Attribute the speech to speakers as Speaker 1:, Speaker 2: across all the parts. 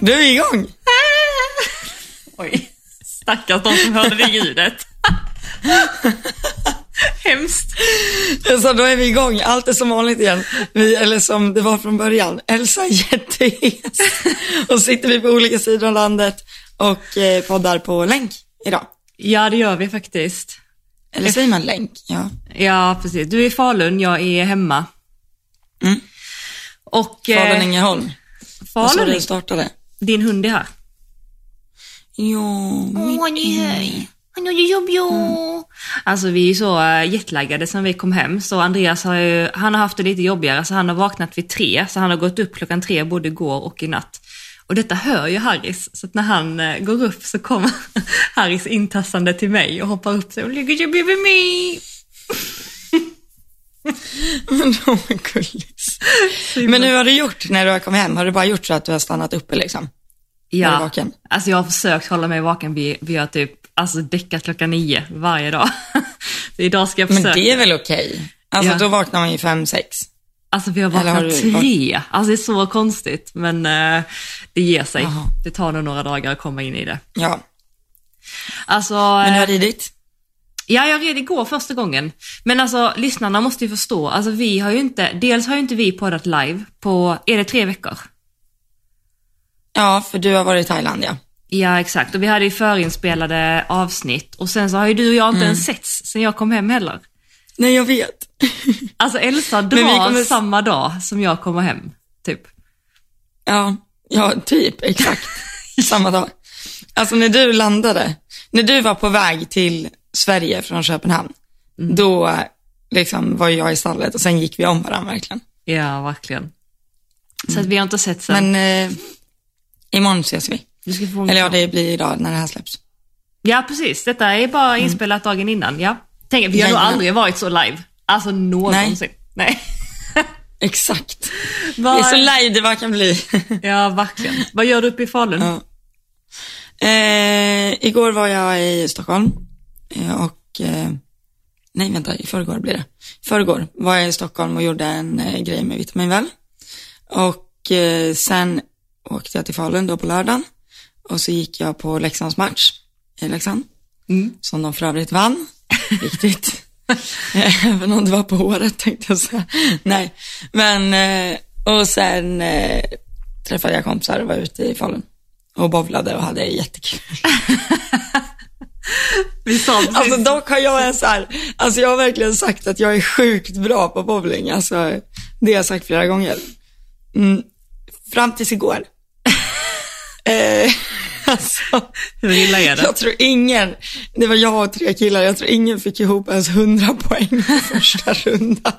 Speaker 1: Du är igång.
Speaker 2: Oj, stackars de som hörde det ljudet. Hemskt.
Speaker 1: Så då är vi igång. Allt är som vanligt igen. Eller som det var från början. Elsa är jättehes. Och sitter vi på olika sidor av landet och poddar på länk idag.
Speaker 2: Ja, det gör vi faktiskt.
Speaker 1: Eller säger man länk?
Speaker 2: Ja, precis. Du är i Falun, jag är hemma.
Speaker 1: Mm.
Speaker 2: Och
Speaker 1: Falun Ängelholm.
Speaker 2: Falun,
Speaker 1: det startade.
Speaker 2: Din hund är här. Han gör jobb. Alltså vi är så jetlaggade sen vi kom hem. Så Andreas han har haft det lite jobbigare. Så han har vaknat vid 3. Så han har gått upp 3 både igår och i natt. Och detta hör ju Harris. Så att när han går upp så kommer Harris intassande till mig och hoppar upp sig och ligger bredvid mig.
Speaker 1: Men de är gullis. Men hur har du gjort när du har kommit hem? Har du bara gjort så att du har stannat uppe liksom?
Speaker 2: Ja, alltså jag har försökt hålla mig vaken. Vi har typ däckat 9 varje dag. Så idag ska jag försöka.
Speaker 1: Men det är väl okej? Alltså då vaknar man ju 5-6.
Speaker 2: Alltså vi har vaknat 3. Alltså det är så konstigt. Men det ger sig. Aha. Det tar nog några dagar att komma in i det.
Speaker 1: Ja.
Speaker 2: Alltså,
Speaker 1: men du har ridit?
Speaker 2: Ja, jag red igår första gången. Men alltså lyssnarna måste ju förstå. Alltså vi har ju inte, dels har ju inte vi poddat live på, är det 3 veckor?
Speaker 1: Ja, för du har varit i Thailand, ja.
Speaker 2: Ja, exakt. Och vi hade ju förinspelade avsnitt. Och sen så har ju du och jag inte ens setts sen jag kom hem heller.
Speaker 1: Nej, jag vet.
Speaker 2: Alltså Elsa drar samma dag som jag kommer hem, typ.
Speaker 1: Ja, typ, exakt. Samma dag. Alltså när du landade, när du var på väg till Sverige från Köpenhamn, då liksom var jag i stallet och sen gick vi om varandra verkligen.
Speaker 2: Ja, verkligen. Så att vi har inte sett sen.
Speaker 1: Men imorgon ses vi. Eller det blir idag när det här släpps.
Speaker 2: Ja, precis. Detta är bara inspelat dagen innan, ja. Tänk, vi har nog aldrig varit så live. Alltså någonsin. Nej.
Speaker 1: Exakt. Det är så live det bara kan bli.
Speaker 2: Ja, verkligen. Vad gör du uppe i Falun?
Speaker 1: Ja. Igår var jag i Stockholm. Och i förrgår blir det. Förrgår var jag i Stockholm och gjorde en grej med Vitaminväl. Och sen åkte jag till Falun då på lördagen. Och så gick jag på Leksands match i Leksand. Som de för övrigt vann. Viktigt. Även om det var på håret tänkte jag säga. Nej. Men och sen träffade jag kompisar och var ute i Falun. Och bowlade och hade jättekul. Alltså dock har jag jag har verkligen sagt att jag är sjukt bra på bowling. Alltså det har jag sagt flera gånger. Fram tills igår.
Speaker 2: Hur illa är det?
Speaker 1: Jag tror det var jag och 3 killar, jag tror ingen fick ihop ens 100 poäng på första rundan.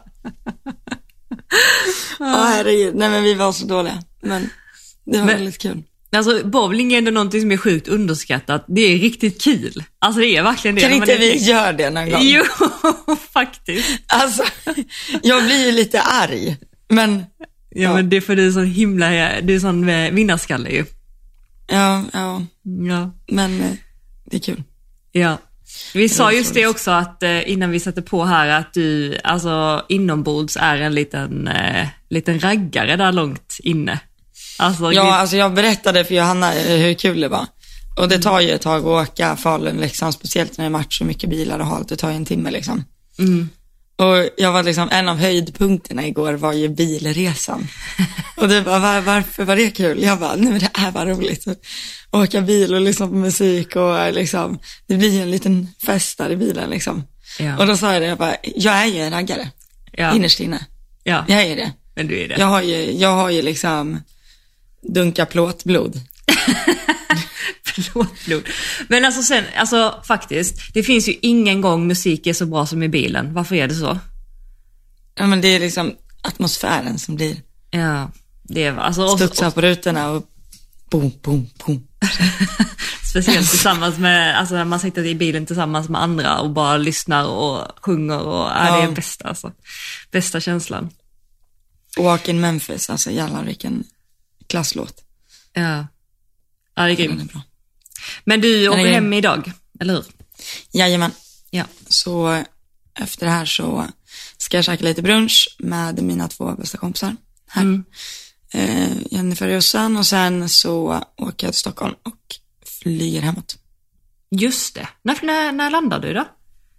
Speaker 1: Herregud, nej men vi var så dåliga. Men det var väldigt kul.
Speaker 2: Alltså bowling är ändå någonting som är sjukt underskattat. Det är riktigt kul. Alltså det är verkligen det.
Speaker 1: Kan inte vi göra det någon gång?
Speaker 2: Jo, faktiskt.
Speaker 1: Alltså, jag blir lite arg. Men
Speaker 2: ja, men det är för du är sån himla, du är sån vinnarskalle ju.
Speaker 1: Ja. Men det är kul.
Speaker 2: Ja. Vi sa just det också att innan vi satte på här att du alltså inombords är en liten raggare där långt inne. Alltså,
Speaker 1: alltså jag berättade för Johanna hur kul det var. Och det tar ju ett tag att åka Falun liksom, speciellt när det är match och mycket bilar och halt. Det tar ju en timme liksom. Och jag var liksom, en av höjdpunkterna igår var ju bilresan. Och det var varför var det kul? Jag bara, nej men det är bara roligt att åka bil och lyssna på musik och liksom, det blir en liten fest där i bilen liksom. Ja. Och då sa jag det, jag är ju en raggare. Ja. Innerst inne. Ja. Jag är det.
Speaker 2: Men du är det.
Speaker 1: Jag har ju liksom dunka plåtblod.
Speaker 2: Plåtblod. Men alltså faktiskt, det finns ju ingen gång musik är så bra som i bilen. Varför är det så?
Speaker 1: Ja, men det är liksom atmosfären som blir.
Speaker 2: Ja, det är alltså
Speaker 1: studsar på rutorna och boom, boom, boom.
Speaker 2: Speciellt tillsammans med, alltså när man sitter i bilen tillsammans med andra och bara lyssnar och sjunger och det är bästa alltså. Bästa känslan.
Speaker 1: Walk in Memphis, alltså jävlar vilken klasslåt.
Speaker 2: Ja, det är grymt. Men du åker hem idag, eller hur?
Speaker 1: Jajamän.
Speaker 2: Ja.
Speaker 1: Så efter det här så ska jag käka lite brunch med mina 2 bästa kompisar här. Jennifer och Jossan, och sen så åker jag till Stockholm och flyger hemåt.
Speaker 2: Just det. När landar du då?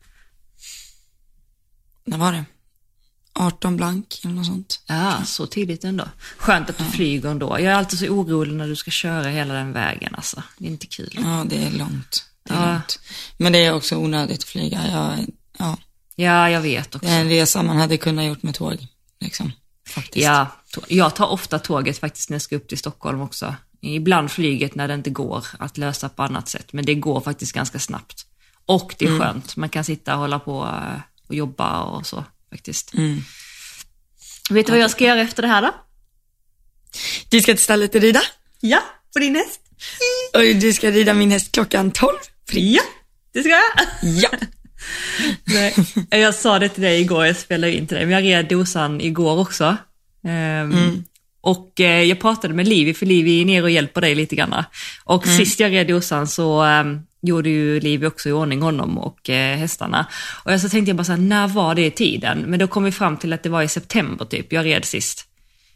Speaker 1: När var det? 18 blank eller något sånt.
Speaker 2: Ja, så tidigt ändå. Skönt att du flyger ändå. Jag är alltid så orolig när du ska köra hela den vägen. Alltså. Det är inte kul.
Speaker 1: Ja, det är långt. Långt. Men det är också onödigt att flyga.
Speaker 2: Ja, jag vet också.
Speaker 1: Det är en resa man hade kunnat gjort med tåg. Liksom, faktiskt.
Speaker 2: Ja, jag tar ofta tåget faktiskt när jag ska upp till Stockholm också. Ibland flyget när det inte går att lösa på annat sätt. Men det går faktiskt ganska snabbt. Och det är skönt. Man kan sitta och hålla på och jobba och så faktiskt. Vet du vad jag ska göra efter det här då?
Speaker 1: Du ska till stallet och rida?
Speaker 2: Ja, på din häst.
Speaker 1: Och du ska rida min häst klockan 12.
Speaker 2: Ja, det ska jag.
Speaker 1: Ja.
Speaker 2: Nej, jag sa det till dig igår, jag spelade in till dig. Men jag red dosan igår också. Och jag pratade med Livi, för Livi är ner och hjälper dig lite grann. Och sist jag red dosan så gjorde ju Livi också i ordning honom och hästarna. Och så tänkte jag bara så här, när var det i tiden? Men då kom vi fram till att det var i september typ, jag red sist.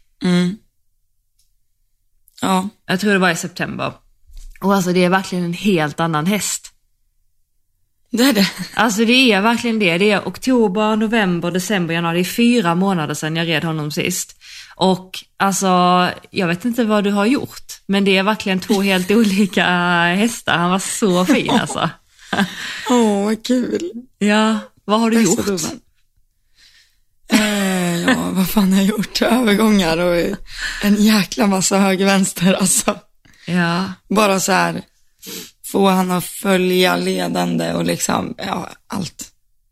Speaker 1: Ja.
Speaker 2: Jag tror det var i september. Och alltså det är verkligen en helt annan häst.
Speaker 1: Det är det.
Speaker 2: Alltså det är verkligen det. Det är oktober, november, december, januari. Det är 4 månader sedan jag red honom sist. Och alltså, jag vet inte vad du har gjort. Men det är verkligen 2 helt olika hästar. Han var så fin alltså.
Speaker 1: Vad kul.
Speaker 2: Ja, vad har du gjort?
Speaker 1: Ja, vad fan har jag gjort? Övergångar och en jäkla massa höger-vänster alltså.
Speaker 2: Ja.
Speaker 1: Bara så här, få han att följa ledande och liksom, ja, allt.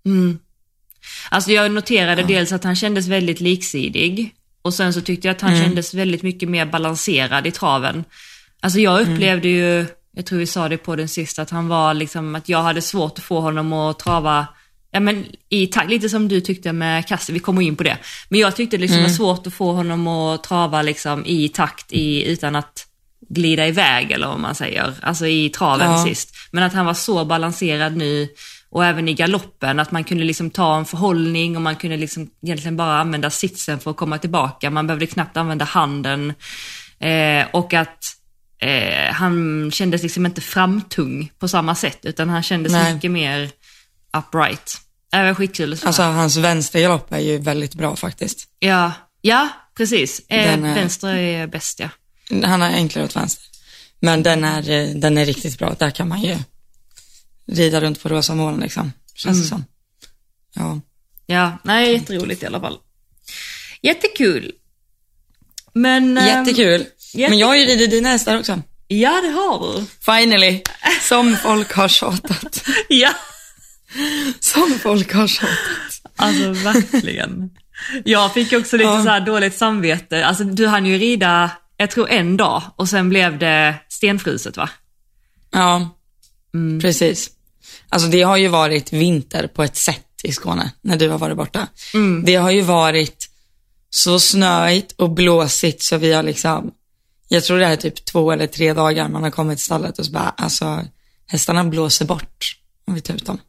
Speaker 2: Alltså jag noterade dels att han kändes väldigt liksidig. Och sen så tyckte jag att han kändes väldigt mycket mer balanserad i traven. Alltså jag upplevde ju, jag tror vi sa det på den sista, att han var liksom, att jag hade svårt att få honom att trava, ja men i takt, lite som du tyckte med Kasse, vi kommer in på det. Men jag tyckte liksom det var svårt att få honom att trava liksom i takt utan att glida iväg eller vad man säger, alltså i traven sist. Men att han var så balanserad nu och även i galoppen, att man kunde liksom ta en förhållning och man kunde liksom egentligen bara använda sitsen för att komma tillbaka. Man behövde knappt använda handen och att han kändes liksom inte framtung på samma sätt, utan han kändes mycket mer upright. Det var skitkul.
Speaker 1: Alltså hans vänstergalopp är ju väldigt bra faktiskt.
Speaker 2: Ja, precis. Vänster är bäst, ja.
Speaker 1: Han har enklare åt vänster. Men den är riktigt bra. Där kan man ju rida runt på rosa moln liksom. Känns det som. Ja,
Speaker 2: nej, jätteroligt i alla fall. Jättekul. Men
Speaker 1: jättekul. Men jag har ju ridit dina hästar också.
Speaker 2: Ja, det har du.
Speaker 1: Finally. Som folk har tjatat.
Speaker 2: Ja.
Speaker 1: Som folk har tjatat.
Speaker 2: Alltså verkligen. Jag fick också lite så här dåligt samvete. Alltså du hann ju rida, jag tror 1 dag, och sen blev det stenfruset, va?
Speaker 1: Ja, precis. Alltså det har ju varit vinter på ett sätt i Skåne när du har varit borta. Det har ju varit så snöigt och blåsigt så vi har liksom, jag tror det är typ 2 eller 3 dagar man har kommit till stallet och så bara, alltså hästarna blåser bort om vi tar ut dem.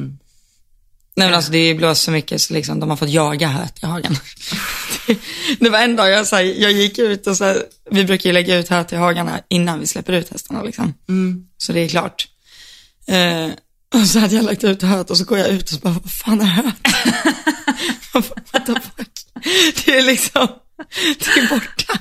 Speaker 1: Nej men alltså det blåser så mycket så liksom de har fått jaga höet i hagen. Det var en dag jag gick ut och så, vi brukar ju lägga ut höet i hagarna innan vi släpper ut hästarna liksom. Så det är klart. Och så hade jag lagt ut höet och så går jag ut och så bara, vad fan är höet? What the fuck? Det är liksom, det är borta.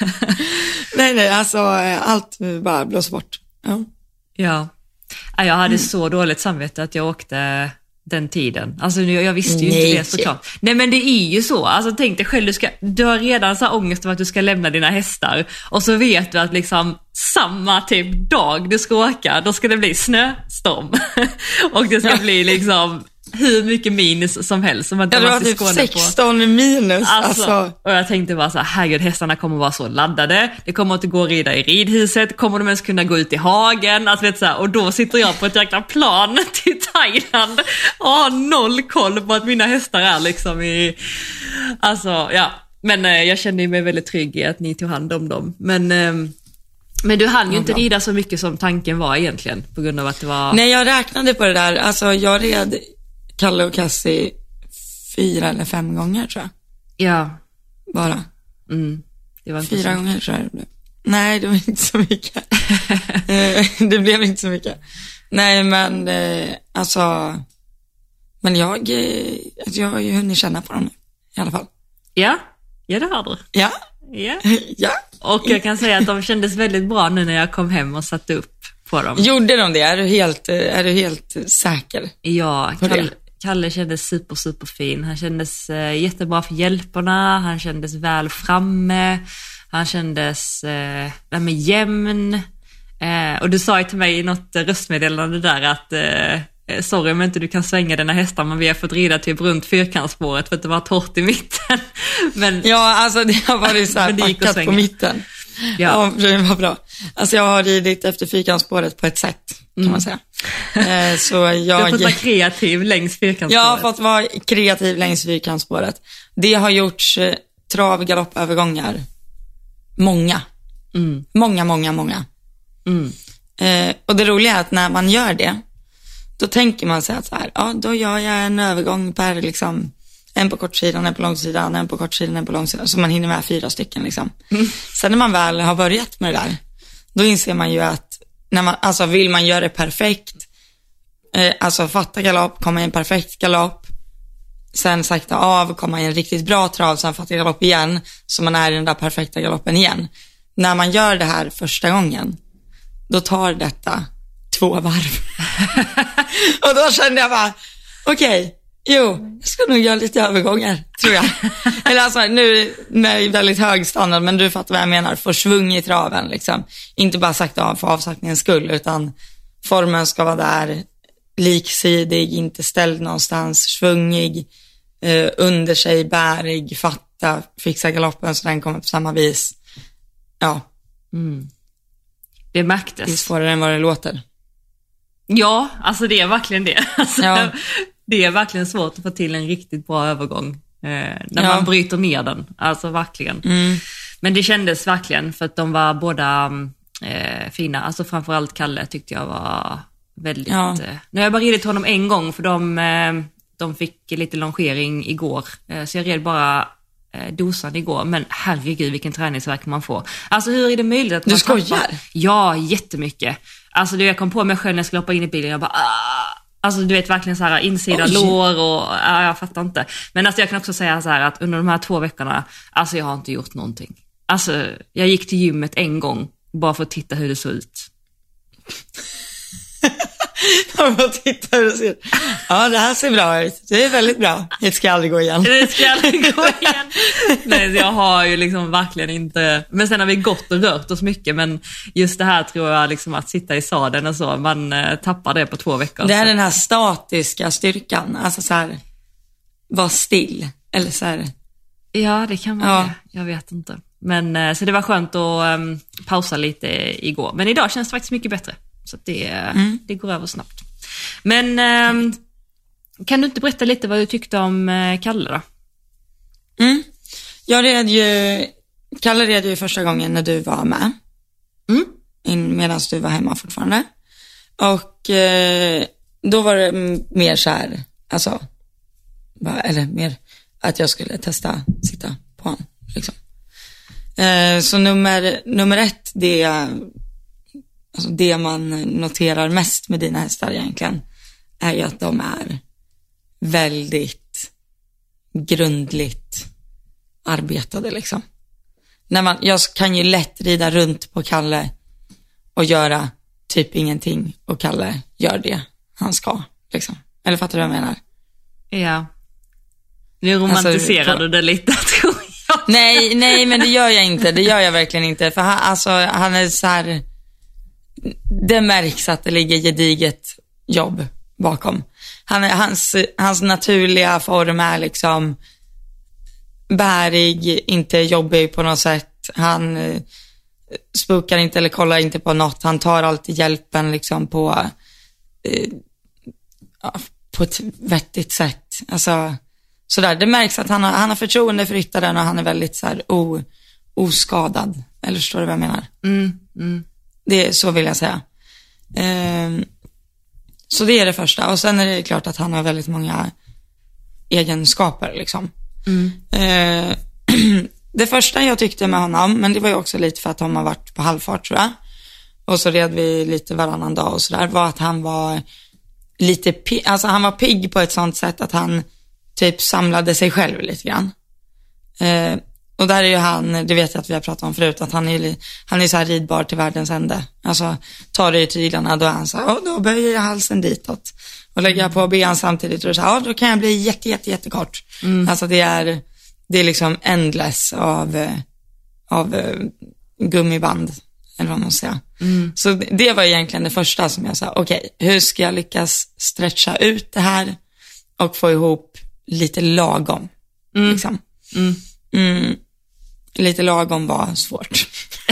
Speaker 1: Nej, alltså allt bara blåser bort.
Speaker 2: Ja. Jag hade så dåligt samvete att jag åkte den tiden. Alltså jag visste ju inte det såklart. Nej men det är ju så. Alltså tänk dig själv, du har redan så ångest om att du ska lämna dina hästar. Och så vet du att liksom samma typ dag du ska åka, då ska det bli snöstorm. Och det ska bli liksom hur mycket minus som helst. Som att
Speaker 1: det var typ 16 minus. Alltså.
Speaker 2: Och jag tänkte bara så här, herregud, hästarna kommer vara så laddade. Det kommer inte gå att rida i ridhuset. Kommer de ens kunna gå ut i hagen? Alltså, vet så här, och då sitter jag på ett jäkla plan till Thailand och har 0 koll på att mina hästar är liksom i... Alltså, ja. Men jag kände mig väldigt trygg i att ni tog hand om dem. Men du hann ju inte rida så mycket som tanken var egentligen. På grund av att det var...
Speaker 1: Nej, jag räknade på det där. Alltså, jag red Kalle och Cassie 4 eller 5 gånger tror jag.
Speaker 2: Ja.
Speaker 1: Bara.
Speaker 2: Det var inte
Speaker 1: 4 gånger tror jag det blev. Nej, det var inte så mycket. Det blev inte så mycket. Nej, men alltså... Men jag har ju hunnit känna på dem nu, i alla fall.
Speaker 2: Ja, det har du.
Speaker 1: Ja. Ja.
Speaker 2: Och jag kan säga att de kändes väldigt bra nu när jag kom hem och satte upp på dem.
Speaker 1: Gjorde de det? Är du helt säker?
Speaker 2: Ja, Kalle kändes super fin. Han kändes jättebra för hjälperna. Han kändes väl framme. Han kändes jämn. Och du sa ju till mig i något röstmeddelande där att sorry men inte du kan svänga dina hästar, men vi har fått rida typ runt fyrkantsspåret för att det var torrt i mitten. Men,
Speaker 1: ja, alltså det har varit så här packat på mitten. Ja, det var bra. Alltså jag har ridit efter fyrkantsspåret på ett sätt, kan man säga. Så jag har
Speaker 2: fått vara kreativ längs fyrkantsspåret.
Speaker 1: Jag har fått vara kreativ längs fyrkantsspåret. Det har gjorts trav-galoppövergångar. Många. Många. Och det roliga är att när man gör det, då tänker man sig att så här, ja, då gör jag en övergång per liksom, en på kortsidan, en på långsidan, en på kortsidan, en på långsidan, så man hinner med 4 stycken liksom. Sen när man väl har börjat med det där, då inser man ju att när man, alltså vill man göra det perfekt, alltså fatta galopp, komma i en perfekt galopp, sen sakta av, komma i en riktigt bra trav, sen fatta galopp igen, så man är i den där perfekta galoppen igen. När man gör det här första gången, då tar detta 2 varv. Och då kände jag bara, okej, jag ska nog göra lite övergångar, tror jag. Eller alltså, nu med väldigt hög standard, men du fattar vad jag menar. Få svung i traven, liksom. Inte bara sagt av för avsakningens skull, utan formen ska vara där, liksidig, inte ställd någonstans, svungig, under sig, bärig, fatta, fixa galoppen så den kommer på samma vis. Ja.
Speaker 2: Det märktes.
Speaker 1: Det är svårare än vad det låter.
Speaker 2: Ja, alltså det är verkligen det. Alltså,
Speaker 1: ja.
Speaker 2: Det är verkligen svårt att få till en riktigt bra övergång när man bryter ner den. Alltså verkligen. Men det kändes verkligen för att de var båda fina. Alltså framförallt Kalle tyckte jag var väldigt... Nu har jag bara ridit honom en gång för de fick lite longering igår. Så jag red bara dosan igår. Men herregud vilken träningsverk man får. Alltså hur är det möjligt att man...
Speaker 1: Du skojar?
Speaker 2: Ja, jättemycket. Alltså jag kom på mig själv när jag skulle hoppa in i bilen. Jag bara... Alltså du vet verkligen så här insida lår och jag fattar inte. Men alltså jag kan också säga så här att under de här 2 veckorna, alltså jag har inte gjort någonting. Alltså jag gick till gymmet en gång bara för att titta hur det såg ut.
Speaker 1: Titta hur det ser ut. Ja, det här ser bra ut. Det är väldigt bra. Det ska aldrig gå igen.
Speaker 2: Det ska aldrig gå igen. Nej, jag har ju liksom verkligen inte... Men sen har vi gått och rört oss mycket. Men just det här tror jag liksom att sitta i sadeln och så. Man tappar det på 2 veckor.
Speaker 1: Det är den här statiska styrkan. Alltså så här, var still. Eller så här...
Speaker 2: Ja, det kan vara det. Jag vet inte. Men så det var skönt att pausa lite igår. Men idag känns det faktiskt mycket bättre. Så att det går över snabbt. Men kan du inte berätta lite vad du tyckte om Kalle då?
Speaker 1: Kalle red ju första gången när du var med. Medan du var hemma fortfarande. Och då var det mer så här, alltså, eller mer att jag skulle testa sitta på honom. Liksom. Så nummer 1, det man noterar mest med dina hästar egentligen är ju att de är väldigt grundligt arbetade liksom. Jag kan ju lätt rida runt på Kalle och göra typ ingenting och Kalle gör det han ska liksom. Eller fattar du vad jag menar?
Speaker 2: Ja. Nu romantiserar du det lite, tror jag.
Speaker 1: Nej, men det gör jag inte. Det gör jag verkligen inte. För han är så här... Det märks att det ligger gediget jobb bakom. Hans naturliga form är liksom bärig, inte jobbig på något sätt. Han spukar inte eller kollar inte på något. Han tar alltid hjälpen liksom på ett vettigt sätt. Alltså, sådär. Det märks att han har förtroende för ryttaren och han är väldigt så här oskadad. Eller förstår du vad jag menar? Det, så vill jag säga. Så det är det första. Och sen är det klart att han har väldigt många egenskaper liksom. det första jag tyckte med honom, men det var ju också lite för att de har varit på halvfart tror jag. Och så red vi lite varannan dag och sådär, var att han var lite alltså han var pigg på ett sånt sätt att han typ samlade sig själv lite grann. Och där är ju han, det vet jag att vi har pratat om förut, att han är så här ridbar till världens ände. Alltså tar det i tyglarna, då är han så här, då böjer jag halsen ditåt och lägger jag på ben samtidigt och så här, då kan jag bli jättekort. Alltså det är liksom endless av gummiband eller vad man säger. Så det var egentligen det första som jag sa, okej, hur ska jag lyckas stretcha ut det här och få ihop lite lagom liksom. Lite lagom var svårt.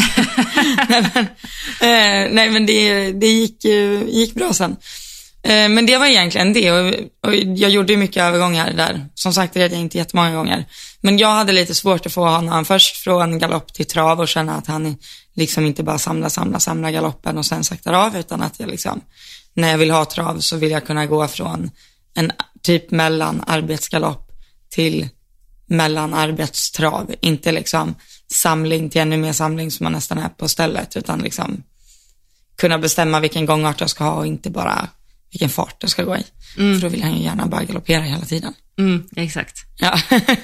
Speaker 1: nej men det gick bra sen. Men det var egentligen det, och jag gjorde mycket övergångar där. Som sagt, det red jag inte jättemånga gånger. Men jag hade lite svårt att få honom först från galopp till trav och känna att han liksom inte bara samlar galoppen och sen saktar av, utan att jag liksom, när jag vill ha trav så vill jag kunna gå från en typ mellan arbetsgalopp till mellan arbetstrav, inte liksom samling till ännu mer samling som man nästan är på stället, utan liksom kunna bestämma vilken gångart jag ska ha och inte bara vilken fart jag ska gå i. För då vill han ju gärna bara galoppera hela tiden.
Speaker 2: Exakt.
Speaker 1: Ja.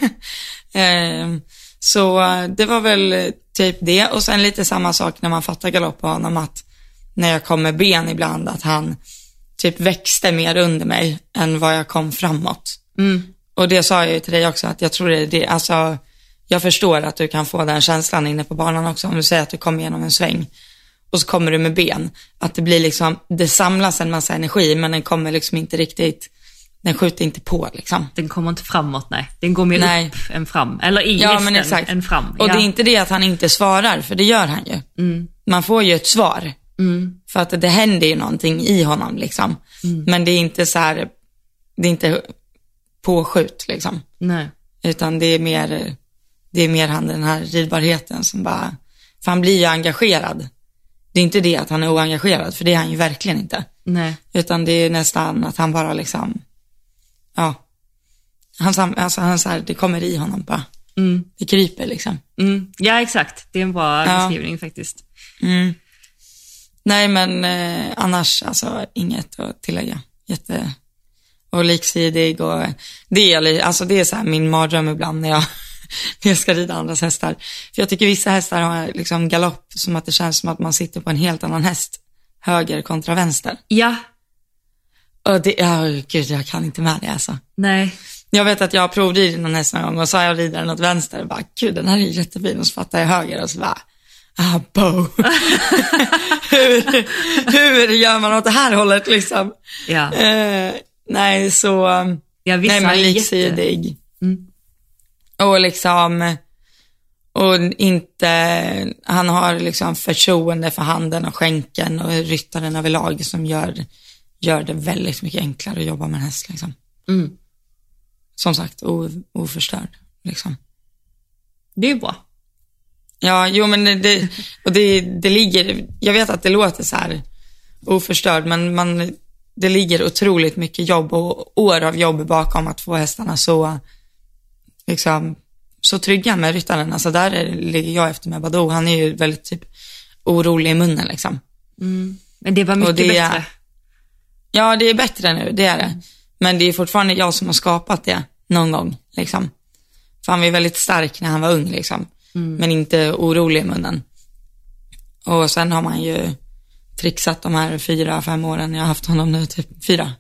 Speaker 1: Så det var väl typ det, och sen lite samma sak när man fattar galopp på honom, att när jag kom med ben ibland, att han typ växte mer under mig än vad jag kom framåt. Och det sa jag ju till dig också, att jag tror det, alltså jag förstår att du kan få den känslan inne på banan också, om du säger att du kommer igenom en sväng och så kommer du med ben, att det blir liksom, det samlas en massa energi, men den kommer liksom inte riktigt, den skjuter inte på liksom.
Speaker 2: Den kommer inte framåt, nej. Den går mer upp än fram, eller i hästen än fram.
Speaker 1: Och det är inte det att han inte svarar, för det gör han ju. Man får ju ett svar. För att det händer ju någonting i honom liksom. Men det är inte så här, det är inte påskjut liksom.
Speaker 2: Nej.
Speaker 1: Utan det är mer han, den här ridbarheten som bara, för han blir ju engagerad. Det är inte det att han är oengagerad, för det är han ju verkligen inte.
Speaker 2: Nej.
Speaker 1: Utan det är nästan att han bara liksom, ja, han så här, det kommer i honom bara. Det kryper liksom.
Speaker 2: Ja, exakt. Det är en bra beskrivning faktiskt.
Speaker 1: Nej, men annars alltså inget att tillägga. Och liksidig, och det är så här min mardröm ibland när jag ska rida andras hästar. För jag tycker vissa hästar har liksom galopp som att det känns som att man sitter på en helt annan häst, höger kontra vänster.
Speaker 2: Ja.
Speaker 1: Och gud, jag kan inte med det alltså.
Speaker 2: Nej.
Speaker 1: Jag vet att jag har provridit någon häst någon gång och så har jag rider den åt vänster och bara, gud, den här är jättefin, och så fattar jag höger och så bara, bo. hur gör man åt det här hållet liksom?
Speaker 2: Ja.
Speaker 1: Nej, så
Speaker 2: nej,
Speaker 1: men liksidig. Och liksom, och inte, han har liksom förtroende för handen och skänken och ryttaren överlag som gör det väldigt mycket enklare att jobba med en häst liksom. Som sagt, oförstörd liksom.
Speaker 2: Det är bra.
Speaker 1: Ja, jo, men det ligger, jag vet att det låter så här oförstörd, men det ligger otroligt mycket jobb och år av jobb bakom att få hästarna så liksom, så trygga med ryttaren. Alltså där ligger jag efter med Badou. Han är ju väldigt typ orolig i munnen liksom.
Speaker 2: Men det var mycket bättre.
Speaker 1: Ja, det är bättre nu, det är det. Men det är fortfarande jag som har skapat det någon gång liksom. För han var väldigt stark när han var ung liksom. Men inte orolig i munnen. Och sen har man ju trixat de här 4-5 åren jag har haft honom nu, typ 4.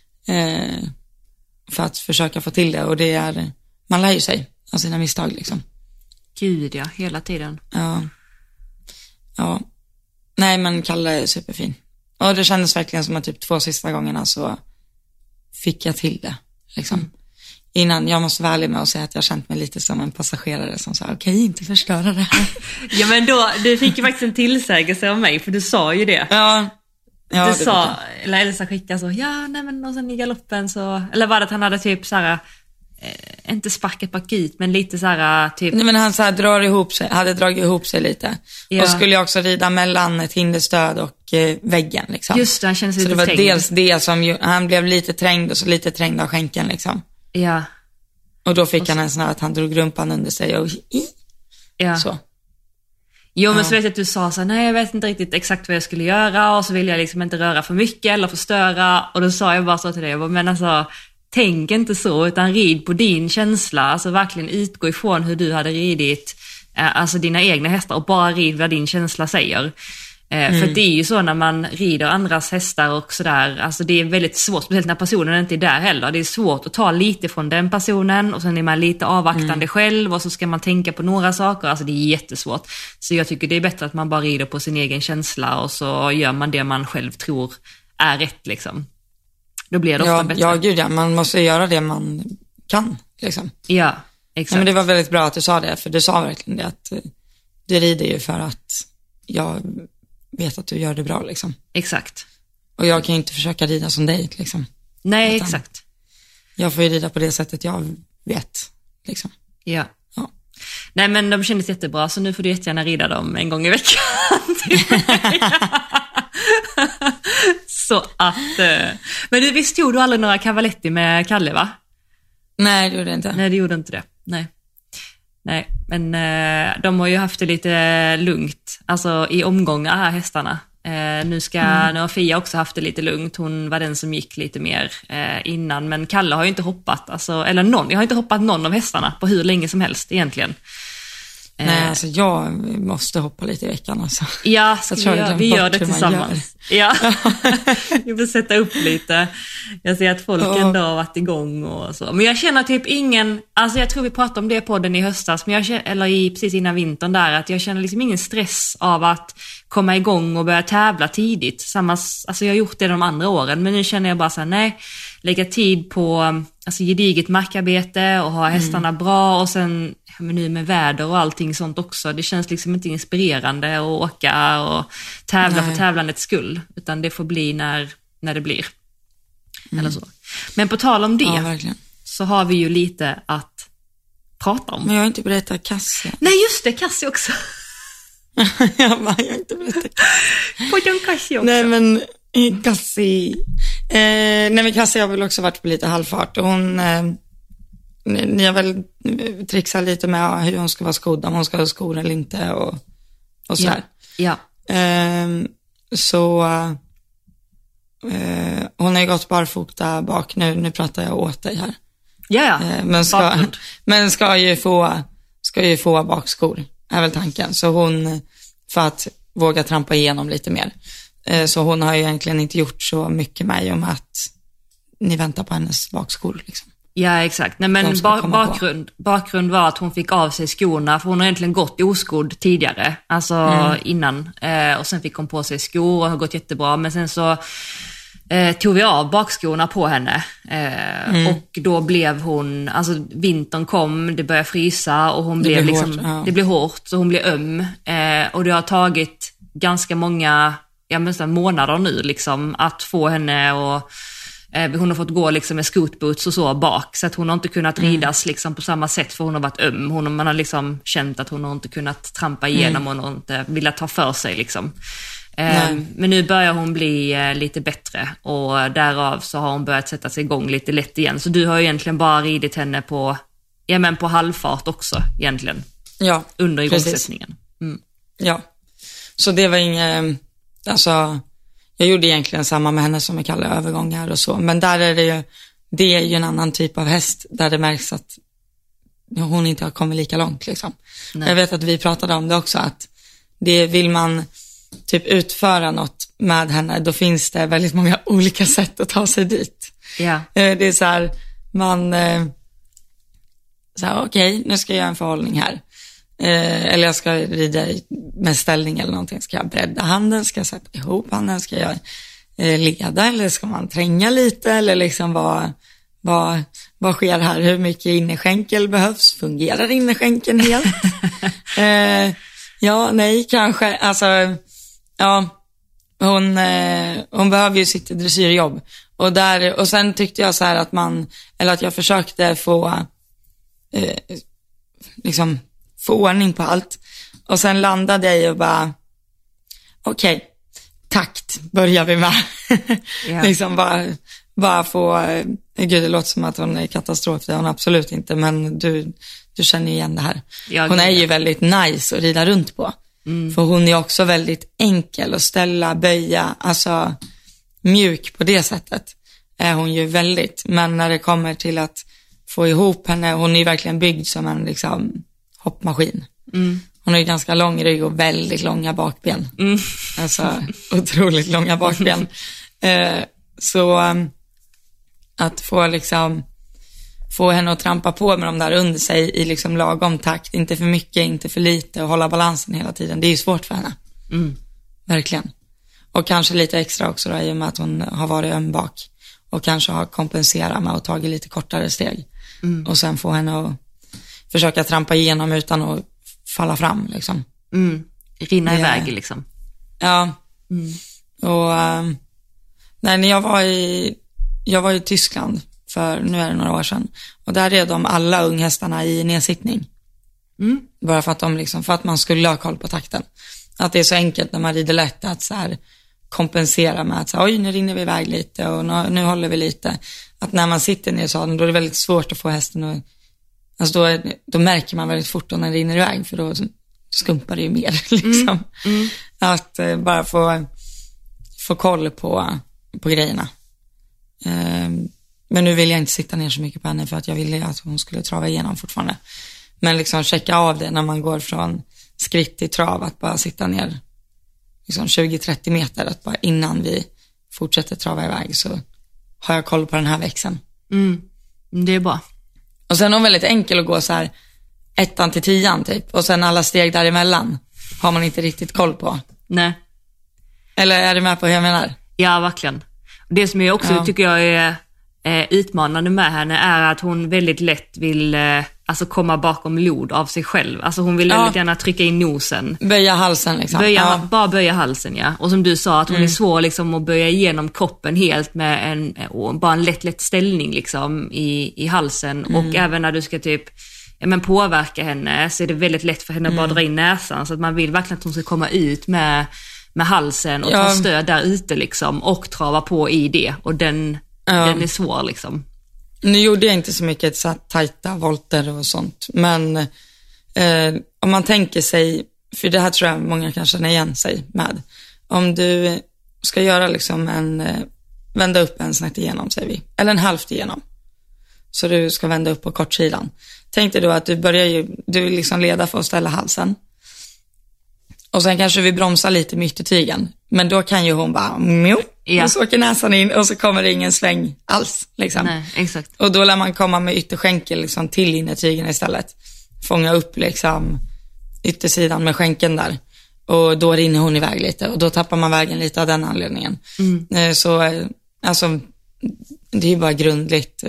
Speaker 1: För att försöka få till det. Och det är, man lär ju sig av sina misstag liksom.
Speaker 2: Gud ja, hela tiden.
Speaker 1: Ja. Nej, men Kalle är superfin. Och det kändes verkligen som att typ 2 sista gångerna så fick jag till det liksom. Innan, jag måste vara ärlig med att säga att jag känt mig lite som en passagerare som sa, okej, inte förstöra det här.
Speaker 2: Ja, men då, du fick ju faktiskt en tillsägelse av mig, för du sa ju det.
Speaker 1: Ja,
Speaker 2: du sa, eller Elsa skickade så, ja, nej men, och sen i galoppen så, eller var det att han hade typ så här, inte sparkat bakut, men lite så här typ. Nej,
Speaker 1: men han så här hade dragit ihop sig lite. Ja. Och skulle jag också rida mellan ett hinderstöd och väggen liksom.
Speaker 2: Just det, han kände sig
Speaker 1: så
Speaker 2: lite
Speaker 1: det var
Speaker 2: trängd.
Speaker 1: Dels det som, han blev lite trängd och så lite trängd av skänken liksom.
Speaker 2: Ja.
Speaker 1: Och då fick han en sån här att han drog rumpan under sig och
Speaker 2: Ja.
Speaker 1: Så.
Speaker 2: Jo, men så vet jag att du sa så här, nej jag vet inte riktigt exakt vad jag skulle göra och så vill jag liksom inte röra för mycket eller förstöra, och då sa jag bara så till dig, men alltså tänk inte så, utan rid på din känsla, alltså verkligen utgå ifrån hur du hade ridit alltså dina egna hästar och bara rid vad din känsla säger. För det är ju så när man rider andras hästar och sådär, alltså det är väldigt svårt, speciellt när personen inte är där heller. Det är svårt att ta lite från den personen och sen är man lite avvaktande själv och så ska man tänka på några saker, alltså det är jättesvårt. Så jag tycker det är bättre att man bara rider på sin egen känsla och så gör man det man själv tror är rätt liksom. Då blir det ofta bättre.
Speaker 1: Ja, gud ja, man måste göra det man kan liksom.
Speaker 2: Ja, exakt.
Speaker 1: Ja, men det var väldigt bra att du sa det, för du sa verkligen det, att du rider ju för att jag vet att du gör det bra liksom.
Speaker 2: Exakt.
Speaker 1: Och jag kan ju inte försöka rida som dig liksom.
Speaker 2: Nej, exakt.
Speaker 1: Jag får ju rida på det sättet jag vet liksom.
Speaker 2: Ja.
Speaker 1: Ja.
Speaker 2: Nej, men de kändes jättebra, så nu får du jättegärna rida dem en gång i veckan. Så att... Men du, visst gjorde du aldrig några cavaletti med Kalle, va?
Speaker 1: Nej, det gjorde jag inte.
Speaker 2: Nej, det gjorde inte det. Nej, men de har ju haft det lite lugnt, alltså i omgångar här hästarna. Nu har Fia också haft det lite lugnt, hon var den som gick lite mer innan, men Kalle har ju inte hoppat, alltså, eller jag har inte hoppat någon av hästarna på hur länge som helst egentligen.
Speaker 1: Nej, alltså jag måste hoppa lite i veckan alltså.
Speaker 2: Ja, vi gör det tillsammans. Ja, vi får sätta upp lite. Jag ser att folk ändå har varit igång och så. Men jag känner typ alltså jag tror vi pratade om det på podden i höstas, men precis innan vintern där, att jag känner liksom ingen stress av att komma igång och börja tävla tidigt. Alltså jag har gjort det de andra åren, men nu känner jag bara så här, nej, lägga tid på alltså gediget markarbete och ha hästarna bra, och sen nu med väder och allting sånt också. Det känns liksom inte inspirerande att åka och tävla för tävlandets skull, utan det får bli när det blir. Eller så. Men på tal om det, så har vi ju lite att prata om.
Speaker 1: Men jag har inte berättat Cassie.
Speaker 2: Nej, just det, Cassie också.
Speaker 1: Jag har inte berättat
Speaker 2: Cassie också.
Speaker 1: Nej, men Cassie... Cassie har väl också varit på lite halvfart, och hon... ni har väl trixat lite med hur hon ska vara skodd, om hon ska ha skor eller inte och sådär.
Speaker 2: Ja.
Speaker 1: Hon har ju gått barfota bak nu pratar jag åt dig här.
Speaker 2: Ja.
Speaker 1: Men ska ju få bakskor, är väl tanken. Så hon, för att våga trampa igenom lite mer. Så hon har ju egentligen inte gjort så mycket med om att ni väntar på hennes bakskor liksom.
Speaker 2: Ja, exakt. Nej, men bakgrund var att hon fick av sig skorna, för hon har egentligen gått oskodd tidigare, alltså innan, och sen fick hon på sig skor och har gått jättebra, men sen så tog vi av bakskorna på henne och då blev hon, alltså vintern kom, det började frysa och hon blev liksom, hårt, ja. Det blev hårt, så hon blev och det har tagit ganska många månader nu liksom att få henne, och hon har fått gå liksom med scootboots och så bak, så att hon har inte kunnat ridas liksom på samma sätt, för hon har varit man har liksom känt att hon har inte kunnat trampa igenom och hon har inte velat ta för sig liksom. Men nu börjar hon bli lite bättre, och därav så har hon börjat sätta sig igång lite lätt igen. Så du har ju egentligen bara ridit henne på halvfart också egentligen.
Speaker 1: Ja,
Speaker 2: under igångsättningen.
Speaker 1: Ja, så det var inget, alltså jag gjorde egentligen samma med henne som med Kalle, övergångar och så. Men där är det är ju en annan typ av häst, där det märks att hon inte har kommit lika långt liksom. Jag vet att vi pratade om det också, att det vill man typ utföra något med henne, då finns det väldigt många olika sätt att ta sig dit.
Speaker 2: Ja.
Speaker 1: Det är så här, man okej, nu ska jag göra en förhållning här. Eller jag ska rida med ställning eller någonting. Ska jag bredda handen? Ska jag sätta ihop handen? Ska jag leda? Eller ska man tränga lite? Eller liksom vad sker här? Hur mycket innerskänkel behövs? Fungerar innerskänkeln helt? Ja, nej, kanske. Alltså, ja, hon behöver ju sitt dressyrjobb. Och sen tyckte jag så här att jag försökte få liksom få ordning på allt. Och sen landade jag i och bara okej, takt börjar vi med.
Speaker 2: Yeah.
Speaker 1: Liksom bara bara få, gud det låter som att hon är katastrof, det är hon absolut inte, men du känner igen det här. Hon är ju väldigt nice att rida runt på. För hon är också väldigt enkel att ställa, böja, alltså mjuk på det sättet är hon ju väldigt. Men när det kommer till att få ihop henne, hon är ju verkligen byggd som en liksom hoppmaskin. Hon har ju ganska lång rygg och väldigt långa bakben. Alltså otroligt långa bakben. Så att få henne att trampa på med de där under sig i liksom lagom takt, inte för mycket, inte för lite, och hålla balansen hela tiden, det är ju svårt för henne. Verkligen. Och kanske lite extra också då, i och med att hon har varit öm bak och kanske har kompenserat med att ta lite kortare steg. Och sen få henne att försöka trampa igenom utan att falla fram liksom.
Speaker 2: Rinna iväg liksom.
Speaker 1: Ja. Och när jag var i Tyskland för nu är det några år sedan, och där red de alla unghästarna i nedsittning. Bara för att för att man skulle ha koll på takten. Att det är så enkelt när man rider lätt att så här kompensera med att så här, oj, nu rinner vi iväg lite och nu håller vi lite. Att när man sitter ner i sadeln, då är det väldigt svårt att få hästen att, alltså då märker man väldigt fort om den rinner iväg, för då skumpar det ju mer liksom. Att bara få koll på grejerna. Men nu vill jag inte sitta ner så mycket på henne, för att jag ville att hon skulle trava igenom fortfarande. Men liksom checka av det när man går från skritt till trav, att bara sitta ner liksom 20-30 meter, att bara innan vi fortsätter trava iväg så har jag koll på den här växeln.
Speaker 2: Det är bra.
Speaker 1: Och sen är hon väldigt enkel att gå så här 1 till 10 typ, och sen alla steg däremellan har man inte riktigt koll på.
Speaker 2: Nej.
Speaker 1: Eller är du med på hur jag menar?
Speaker 2: Ja, verkligen. Det som jag också tycker jag är utmanande med henne är att hon väldigt lätt vill alltså komma bakom lod av sig själv. Alltså hon vill väldigt gärna trycka in nosen.
Speaker 1: Böja halsen liksom.
Speaker 2: Bara böja halsen, ja. Och som du sa, att hon är svår liksom att böja igenom kroppen helt med bara en lätt ställning liksom i halsen. Och även när du ska typ påverka henne, så är det väldigt lätt för henne att bara dra in näsan. Så att man vill verkligen att hon ska komma ut med halsen och ta stöd där ute liksom, och trava på i det. Och den är svår liksom.
Speaker 1: Nu gjorde jag inte så mycket så tajta volter och sånt, men om man tänker sig, för det här tror jag många kan känna igen sig med, om du ska göra liksom vända upp en snett igenom, säger vi, eller en halvt igenom, så du ska vända upp på kortsidan. Tänk dig då att du liksom leda för att ställa halsen, och sen kanske vi bromsar lite med yttertygen, men då kan ju hon bara och så åker näsan in och så kommer det ingen sväng alls liksom.
Speaker 2: Nej, exakt.
Speaker 1: Och då lär man komma med ytterskänkel liksom till innertygen istället. Fånga upp liksom yttersidan med skänken där. Och då rinner hon iväg lite, och då tappar man vägen lite av den anledningen. Så alltså det är ju bara grundligt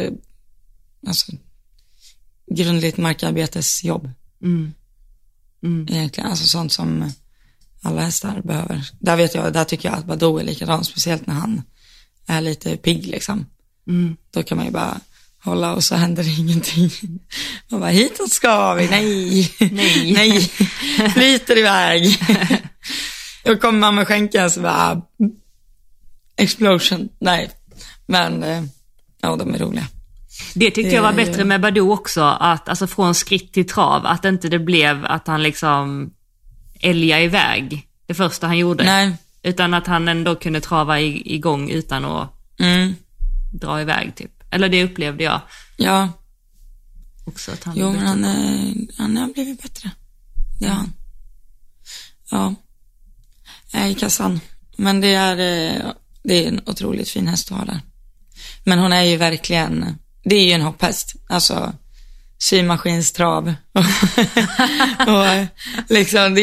Speaker 1: markarbetesjobb. Egentligen, alltså sånt som alla hästar behöver. Där tycker jag att Badou är likadant, speciellt när han är lite pigg liksom. Då kan man ju bara hålla, och så händer det ingenting. Man bara, hitåt ska vi, nej, flyter iväg. Och kommer man med skänken så bara explosion, nej. Men de är roliga.
Speaker 2: Det tyckte jag var bättre med Badou också, att alltså från skritt till trav, att inte det blev att han liksom älgade iväg det första han gjorde. Nej. Utan att han ändå kunde trava igång utan att dra iväg typ. Eller det upplevde jag. Ja. Också att han
Speaker 1: men han har blivit bättre. Det har han. Ja. I kassan. Men det är en otroligt fin häst att ha där. Men hon är ju verkligen, det är ju en hopphäst. Alltså symaskinstrav. Och liksom det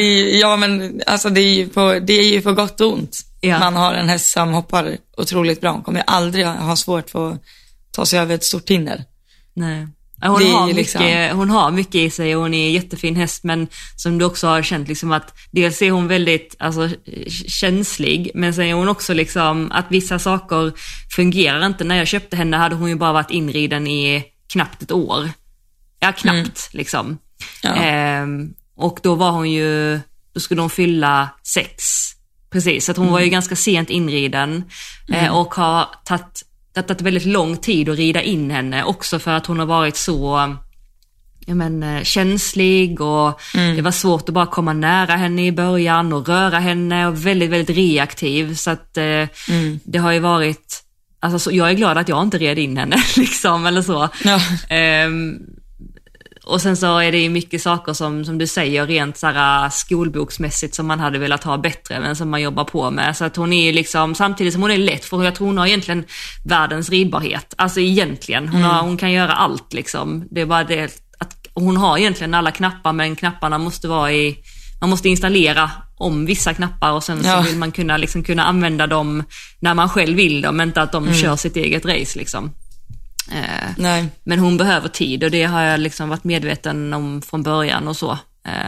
Speaker 1: är ju på gott och ont. Ja. Man har en häst som hoppar otroligt bra. Hon kommer aldrig ha svårt för att ta sig över ett stort hinder.
Speaker 2: Nej. Hon har mycket i sig, och hon är en jättefin häst, men som du också har känt liksom, att dels är hon väldigt känslig, men sen är hon också liksom att vissa saker fungerar inte. När jag köpte henne hade hon ju bara varit inriden i knappt ett år. Ja, knappt liksom. Ja. Och då då skulle hon fylla 6. Precis, så att hon var ju ganska sent inriden och har tagit det har tagit väldigt lång tid att rida in henne, också för att hon har varit så känslig, och det var svårt att bara komma nära henne i början och röra henne, och väldigt, väldigt reaktiv. Så att det har ju varit, alltså, jag är glad att jag inte red in henne liksom, eller så. Ja. Och sen så är det ju mycket saker som du säger, rent så här skolboksmässigt, som man hade velat ha bättre, men som man jobbar på med. Så att hon är liksom, samtidigt som hon är lätt, för jag tror hon har egentligen världens ridbarhet. Alltså egentligen, hon kan göra allt liksom. Det är bara det att hon har egentligen alla knappar, men knapparna måste vara man måste installera om vissa knappar, och sen så vill man kunna använda dem när man själv vill dem, inte att de kör sitt eget race liksom. Nej. Men hon behöver tid, och det har jag liksom varit medveten om från början och så.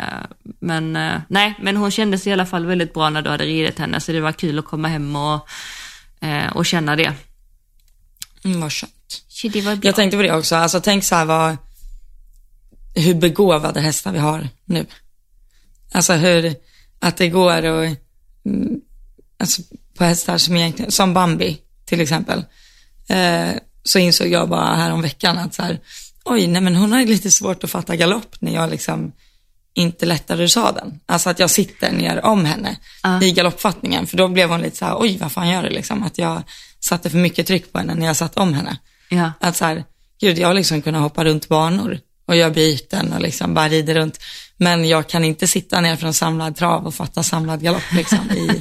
Speaker 2: Men hon kändes i alla fall väldigt bra när du hade ridit henne, så det var kul att komma hem och känna det.
Speaker 1: Vad skönt. Jag tänkte på det också, alltså tänk så här hur begåvade hästar vi har nu. Alltså att det går och alltså på hästar som Bambi till exempel. Så insåg jag bara här om veckan att så här, men hon har ju lite svårt att fatta galopp när jag liksom inte lättar ur sadeln. Alltså att jag sitter ner om henne i galoppfattningen, för då blev hon lite så här, vad fan gör det liksom, att jag satte för mycket tryck på henne när jag satt om henne. Ja. Att så här, gud, jag liksom kunna hoppa runt banor och jag byten och liksom bara rider runt, men jag kan inte sitta ner från samlad trav och fatta samlad galopp liksom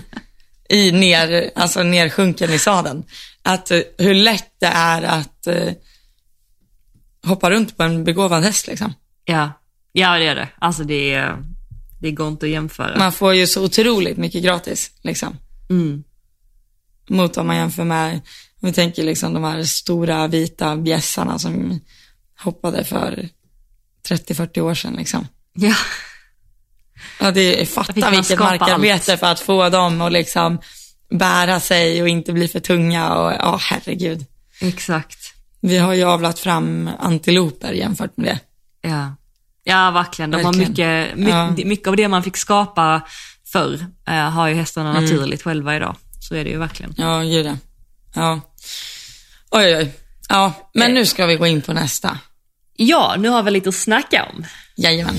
Speaker 1: nersjunken i sadeln. Att hur lätt det är att hoppa runt på en begåvad häst liksom. Ja, det är det. Alltså det går inte att jämföra. Man får ju så otroligt mycket gratis liksom. Mot om man jämför med, om vi tänker liksom de här stora vita bjässarna som hoppade för 30-40 år sedan liksom. Ja. Ja, det fattar vilket markarbete för att få dem att liksom bära sig och inte bli för tunga, och herregud. Exakt. Vi har ju avlat fram antiloper jämfört med det. Ja, verkligen. De har mycket av det man fick skapa förr har ju hästarna naturligt själva idag. Så är det ju verkligen. Ja, gud det. Ja. Oj. Ja, men nu ska vi gå in på nästa.
Speaker 2: Ja, nu har vi lite att snacka om.
Speaker 1: Jajamän.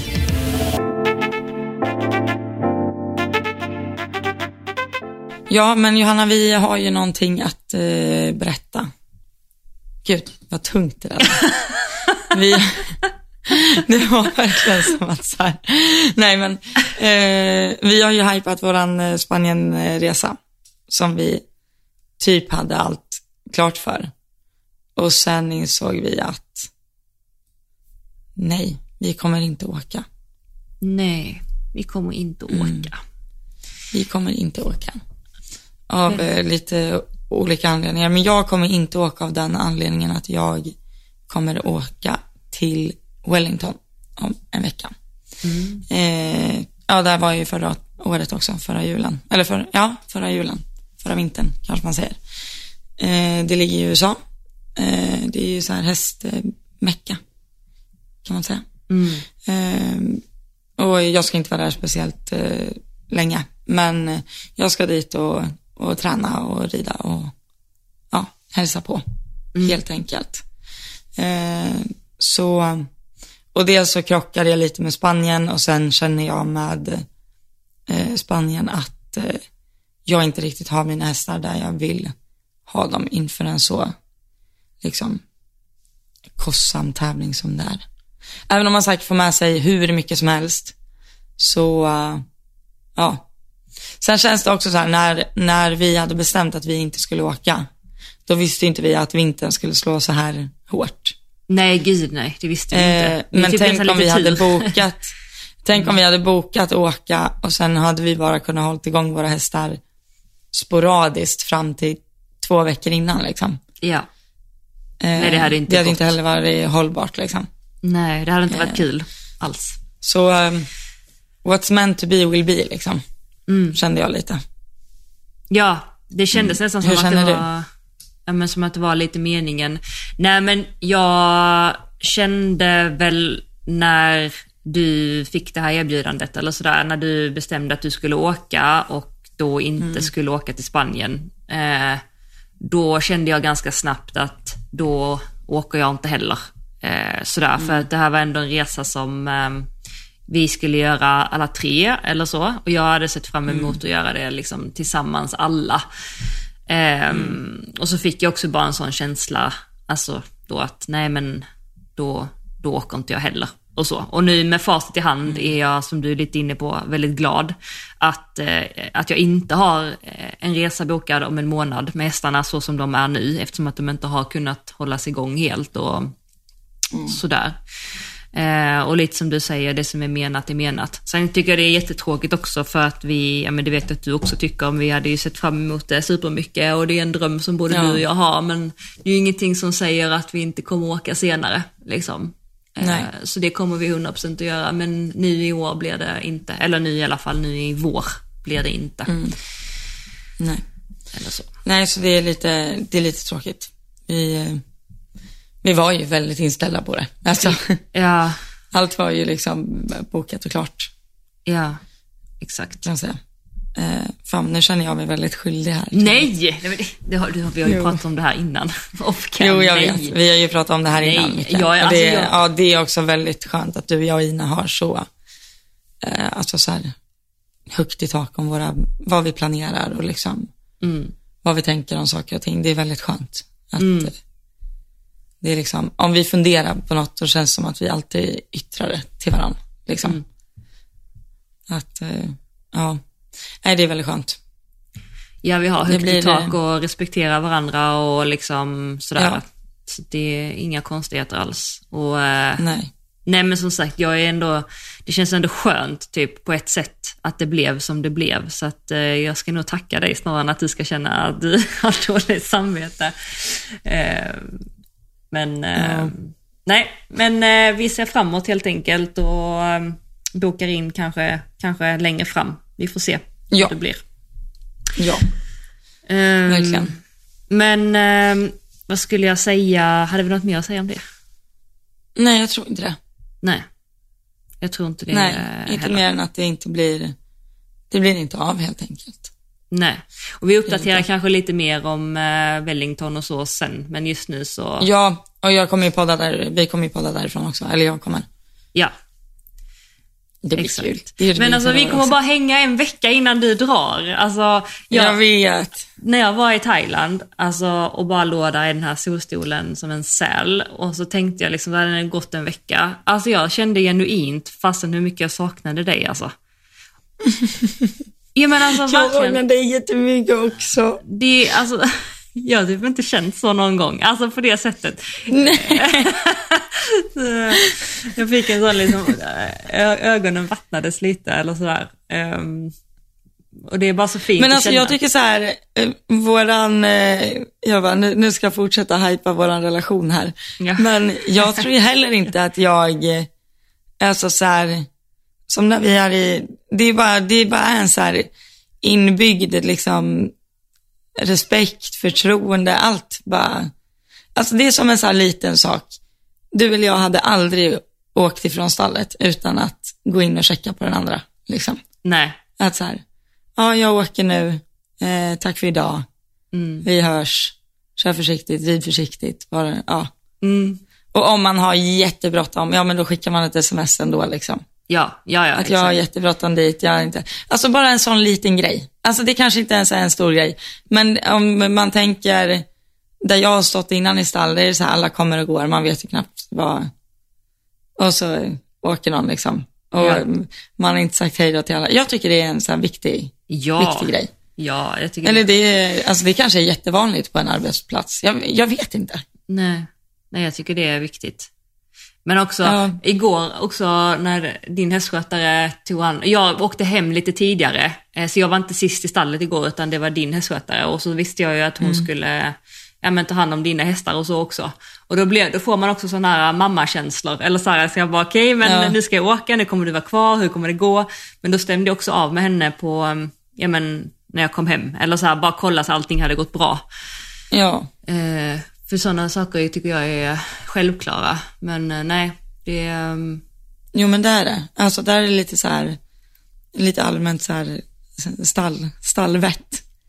Speaker 1: Ja, men Johanna, vi har ju någonting att berätta. Gud, vad tungt det där. Det var verkligen som att så här. Nej, men vi har ju hypat våran Spanienresa som vi typ hade allt klart för. Och sen insåg vi att nej, vi kommer inte åka.
Speaker 2: Nej, vi kommer inte åka.
Speaker 1: Vi kommer inte åka. Av lite olika anledningar. Men jag kommer inte åka av den anledningen att jag kommer åka till Wellington om en vecka. Där var ju förra året också, förra julen. Eller förra julen. Förra vintern kanske man säger. Det ligger i USA. Det är ju så här hästmecka kan man säga. Och jag ska inte vara där speciellt länge. Men jag ska dit och träna och rida och hälsa på helt enkelt. Och dels så krockar jag lite med Spanien, och sen känner jag med Spanien att jag inte riktigt har mina hästar där jag vill ha dem inför en så liksom kostsam tävling som det är. Även om man säkert får med sig hur mycket som helst, så sen känns det också så här, när vi hade bestämt att vi inte skulle åka, då visste inte vi att vintern skulle slå så här hårt.
Speaker 2: Nej, gud nej, det visste vi inte.
Speaker 1: Men typ tänk om vi hade bokat om vi hade bokat åka, och sen hade vi bara kunnat hålla igång våra hästar sporadiskt fram till 2 veckor innan liksom. Ja. Nej, det hade inte heller varit hållbart liksom.
Speaker 2: Nej, det hade inte varit kul alls.
Speaker 1: Så what's meant to be will be liksom. Kände jag lite.
Speaker 2: Ja, det kändes nästan som att det var... Ja, men som att det var lite meningen. Nej, men jag kände väl när du fick det här erbjudandet eller sådär, när du bestämde att du skulle åka och då inte skulle åka till Spanien. då kände jag ganska snabbt att då åker jag inte heller. Sådär, för att det här var ändå en resa som vi skulle göra alla 3 eller så, och jag hade sett fram emot att göra det liksom tillsammans alla. Och så fick jag också bara en sån känsla, alltså då att nej, men då åker inte jag heller och så. Och nu med facit i hand är jag, som du är lite inne på, väldigt glad att jag inte har en resa bokad om en månad med hästarna så som de är nu, eftersom att de inte har kunnat hållas igång helt och sådär. Och lite som du säger, det som är menat är menat. Sen tycker jag det är jättetråkigt också för att vi, ja men det vet jag att du också tycker om, vi hade ju sett fram emot det supermycket och det är en dröm som både du och jag har, men det är ju ingenting som säger att vi inte kommer åka senare liksom. Så det kommer vi 100% att göra, men nu i år blir det inte, eller nu i alla fall nu i vår blir det inte.
Speaker 1: Nej.
Speaker 2: Eller så.
Speaker 1: Nej, så det är lite tråkigt. Vi var ju väldigt inställda på det. Alltså,
Speaker 2: ja.
Speaker 1: Allt var ju liksom bokat och klart.
Speaker 2: Ja, exakt.
Speaker 1: Kan jag säga. Fan, nu känner jag mig väldigt skyldig här.
Speaker 2: Nej, vi har ju pratat om det här innan.
Speaker 1: Jo, jag vet. Vi har ju pratat om det här innan. Det är också väldigt skönt att du och jag och Ina har så, alltså så här, högt i tak om vad vi planerar och liksom vad vi tänker om saker och ting. Det är väldigt skönt att det är liksom, om vi funderar på något, så känns det som att vi alltid yttrar det till varandra liksom. Att nej, det är väldigt skönt.
Speaker 2: Ja, vi har högt i tak och respekterar varandra och liksom sådär. Ja. Så det är inga konstigheter alls. Och nej, men som sagt, det känns ändå skönt typ på ett sätt att det blev som det blev. Så att jag ska nog tacka dig snarare än att du ska känna att du har dåligt samvete. Nej, men vi ser framåt helt enkelt och bokar in kanske längre fram. Vi får se hur det blir.
Speaker 1: Ja, verkligen.
Speaker 2: Men vad skulle jag säga? Hade vi något mer att säga om det?
Speaker 1: Nej, jag tror inte det.
Speaker 2: Nej, jag tror inte det.
Speaker 1: Nej, inte mer än att det inte blir inte av helt enkelt.
Speaker 2: Nej, och vi uppdaterar kanske lite mer om Wellington och så sen, men just nu så...
Speaker 1: Ja, och vi kommer ju podda därifrån också, eller jag kommer.
Speaker 2: Ja.
Speaker 1: Det blir kul.
Speaker 2: Men alltså vi kommer bara hänga en vecka innan du drar. Alltså,
Speaker 1: jag vet.
Speaker 2: När jag var i Thailand och bara låg där i den här solstolen som en säl, och så tänkte jag liksom, det hade gått en vecka. Alltså jag kände genuint fastän hur mycket jag saknade dig alltså. Ja, men alltså
Speaker 1: jag saknade dig jättemycket också.
Speaker 2: Det, alltså, jag har typ inte känt så någon gång. Alltså på det sättet.
Speaker 1: Nej.
Speaker 2: Jag fick en sån liksom, ögonen vattnades lite eller sådär. Och det är bara så fint.
Speaker 1: Men alltså jag tycker så här, jag bara, nu ska jag fortsätta hypa våran relation här. Ja. Men jag tror ju heller inte att jag, alltså så här, som när vi är i, det är bara en så här inbyggd liksom respekt, förtroende, allt bara, alltså det är som en så här liten sak. Du eller jag hade aldrig åkt ifrån stallet utan att gå in och checka på den andra liksom. Nej. Att så här, ja, jag åker nu, tack för idag, vi hörs, kör försiktigt, rid försiktigt, bara, ja. Och om man har jättebråttom, ja men då skickar man ett sms ändå liksom. Ja, att jag har jättebråttom dit, jag inte. Alltså bara en sån liten grej. Alltså det kanske inte ens är en stor grej. Men om man tänker, där jag har stått innan i stall, det är så här, alla kommer och går, man vet ju knappt vad. Och så åker någon liksom. Och man har inte sagt hej då till alla. Jag tycker det är en så här viktig grej. Ja, jag tycker. Eller det kanske är jättevanligt på en arbetsplats. Jag vet inte. Nej, jag tycker det är viktigt. Men också igår också när din hästskötare jag åkte hem lite tidigare, så jag var inte sist i stallet igår utan det var din hästskötare, och så visste jag ju att hon skulle ta hand om dina hästar och så också. Och då får man också sådana här mammakänslor, eller så här, så jag bara okej, men nu ska jag åka, nu kommer du vara kvar, hur kommer det gå? Men då stämde jag också av med henne på när jag kom hem, eller så här, bara kolla så allting hade gått bra. Ja. För sådana saker tycker jag är självklara. Men nej, det är... Jo, men det är det. Alltså där är det lite så här, lite allmänt så här stallvett.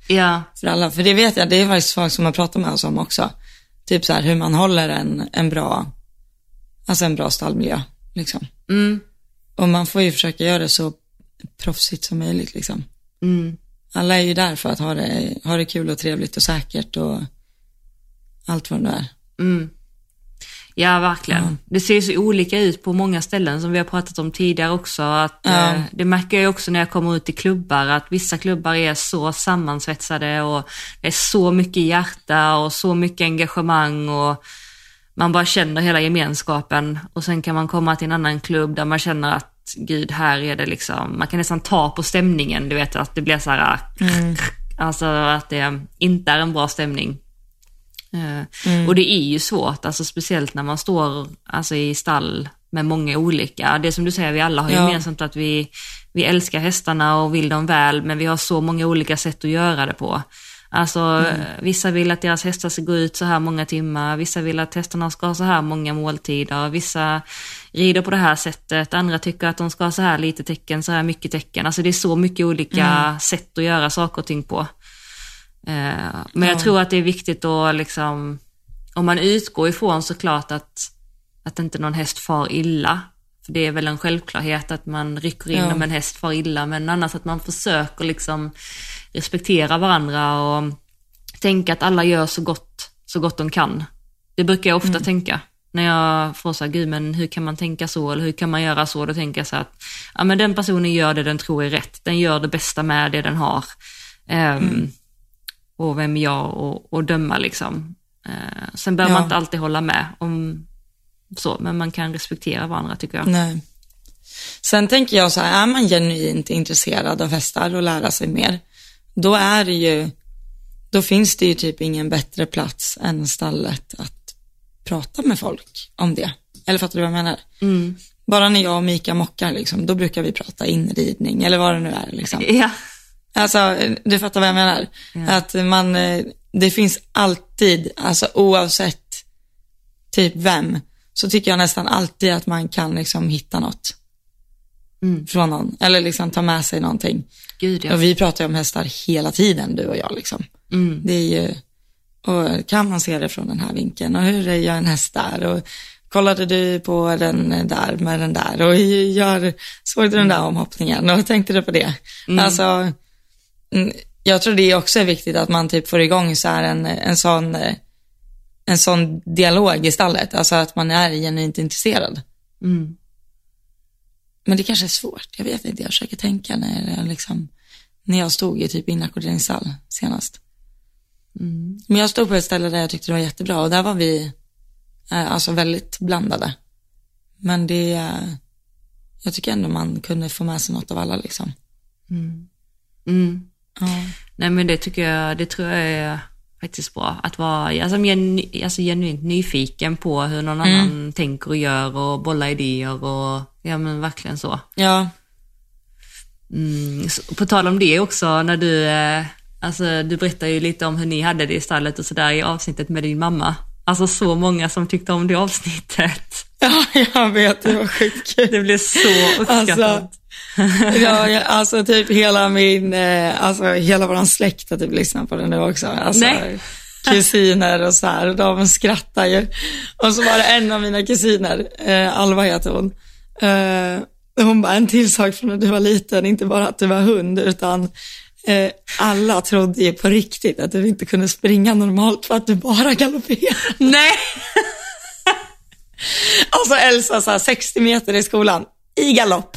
Speaker 2: Ja.
Speaker 1: För alla. För det vet jag, det är faktiskt folk som har pratat med oss om också. Typ så här hur man håller en bra stallmiljö liksom. Och man får ju försöka göra det så proffsigt som möjligt liksom. Alla är ju där för att ha det kul och trevligt och säkert och allt vad det är.
Speaker 2: Ja, verkligen. Det ser så olika ut på många ställen som vi har pratat om tidigare också. Att, det märker jag också när jag kommer ut i klubbar, att vissa klubbar är så sammansvetsade och det är så mycket hjärta och så mycket engagemang och man bara känner hela gemenskapen. Och sen kan man komma till en annan klubb där man känner att gud, här är det liksom, man kan nästan ta på stämningen, du vet, att det blir så här, alltså att det inte är en bra stämning. Och det är ju svårt, alltså speciellt när man står alltså i stall med många olika. Det som du säger, vi alla har gemensamt att vi älskar hästarna och vill dem väl, men vi har så många olika sätt att göra det på. Alltså vissa vill att deras hästar ska gå ut så här många timmar, vissa vill att hästarna ska ha så här många måltider, vissa rider på det här sättet, andra tycker att de ska ha så här lite tecken, så här mycket tecken. Alltså det är så mycket olika sätt att göra saker och ting på. Men jag tror att det är viktigt att liksom, om man utgår ifrån såklart att inte någon häst far illa, för det är väl en självklarhet att man rycker in om en häst far illa, men annars att man försöker liksom respektera varandra och tänka att alla gör så gott de kan. Det brukar jag ofta tänka när jag får så här, gud, men hur kan man tänka så, eller hur kan man göra så? Då tänker jag så att ja, men den personen gör det den tror är rätt, den gör det bästa med det den har. Och vem jag och döma liksom. Sen behöver man inte alltid hålla med om så, men man kan respektera varandra, tycker jag.
Speaker 1: Nej. Sen tänker jag så här, är man genuint intresserad av hästar och lära sig mer, då finns det ju typ ingen bättre plats än stallet att prata med folk om det. Eller fattar du vad jag menar? Bara när jag och Mika mockar liksom, då brukar vi prata inridning eller vad det nu är liksom.
Speaker 2: Ja.
Speaker 1: Alltså, du fattar vad jag menar? Att det finns alltid, alltså oavsett typ vem, så tycker jag nästan alltid att man kan liksom hitta något från någon, eller liksom ta med sig någonting.
Speaker 2: Gud, ja.
Speaker 1: Och vi pratar ju om hästar hela tiden, du och jag liksom. Det är ju, och kan man se det från den här vinkeln, och hur gör en häst där, och kollade du på den där med den där, och såg du den där omhoppningen och tänkte du på det? Alltså, jag tror det också är viktigt att man typ får igång så här en sån dialog i stallet, alltså att man är genuint intresserad. Men det kanske är svårt, jag vet inte, jag försöker tänka när jag stod i typ inackorderingsstall senast. Men jag stod på ett ställe där jag tyckte det var jättebra, och där var vi alltså väldigt blandade. Men jag tycker ändå man kunde få med sig något av alla liksom.
Speaker 2: Nej, men det tror jag är faktiskt bra, att vara genuint nyfiken på hur någon annan tänker och gör, och bolla idéer, och ja, men verkligen så. Ja. Så, på tal om det också, när du berättar ju lite om hur ni hade det i stallet och sådär i avsnittet med din mamma. Alltså så många som tyckte om det avsnittet.
Speaker 1: Ja, jag vet, det var sjukt kul.
Speaker 2: Det blev så uppskattat.
Speaker 1: Alltså typ hela våran släkt har typ lyssnat på det nu också. Alltså, kusiner och så här, och de skrattar ju. Och så var det en av mina kusiner, Alva heter hon. Hon bara, en till sak från när du var liten, inte bara att du var hund, utan alla trodde ju på riktigt att du inte kunde springa normalt för att du bara galopperade.
Speaker 2: Nej.
Speaker 1: Alltså Elsa så här, 60 meter i skolan i galopp.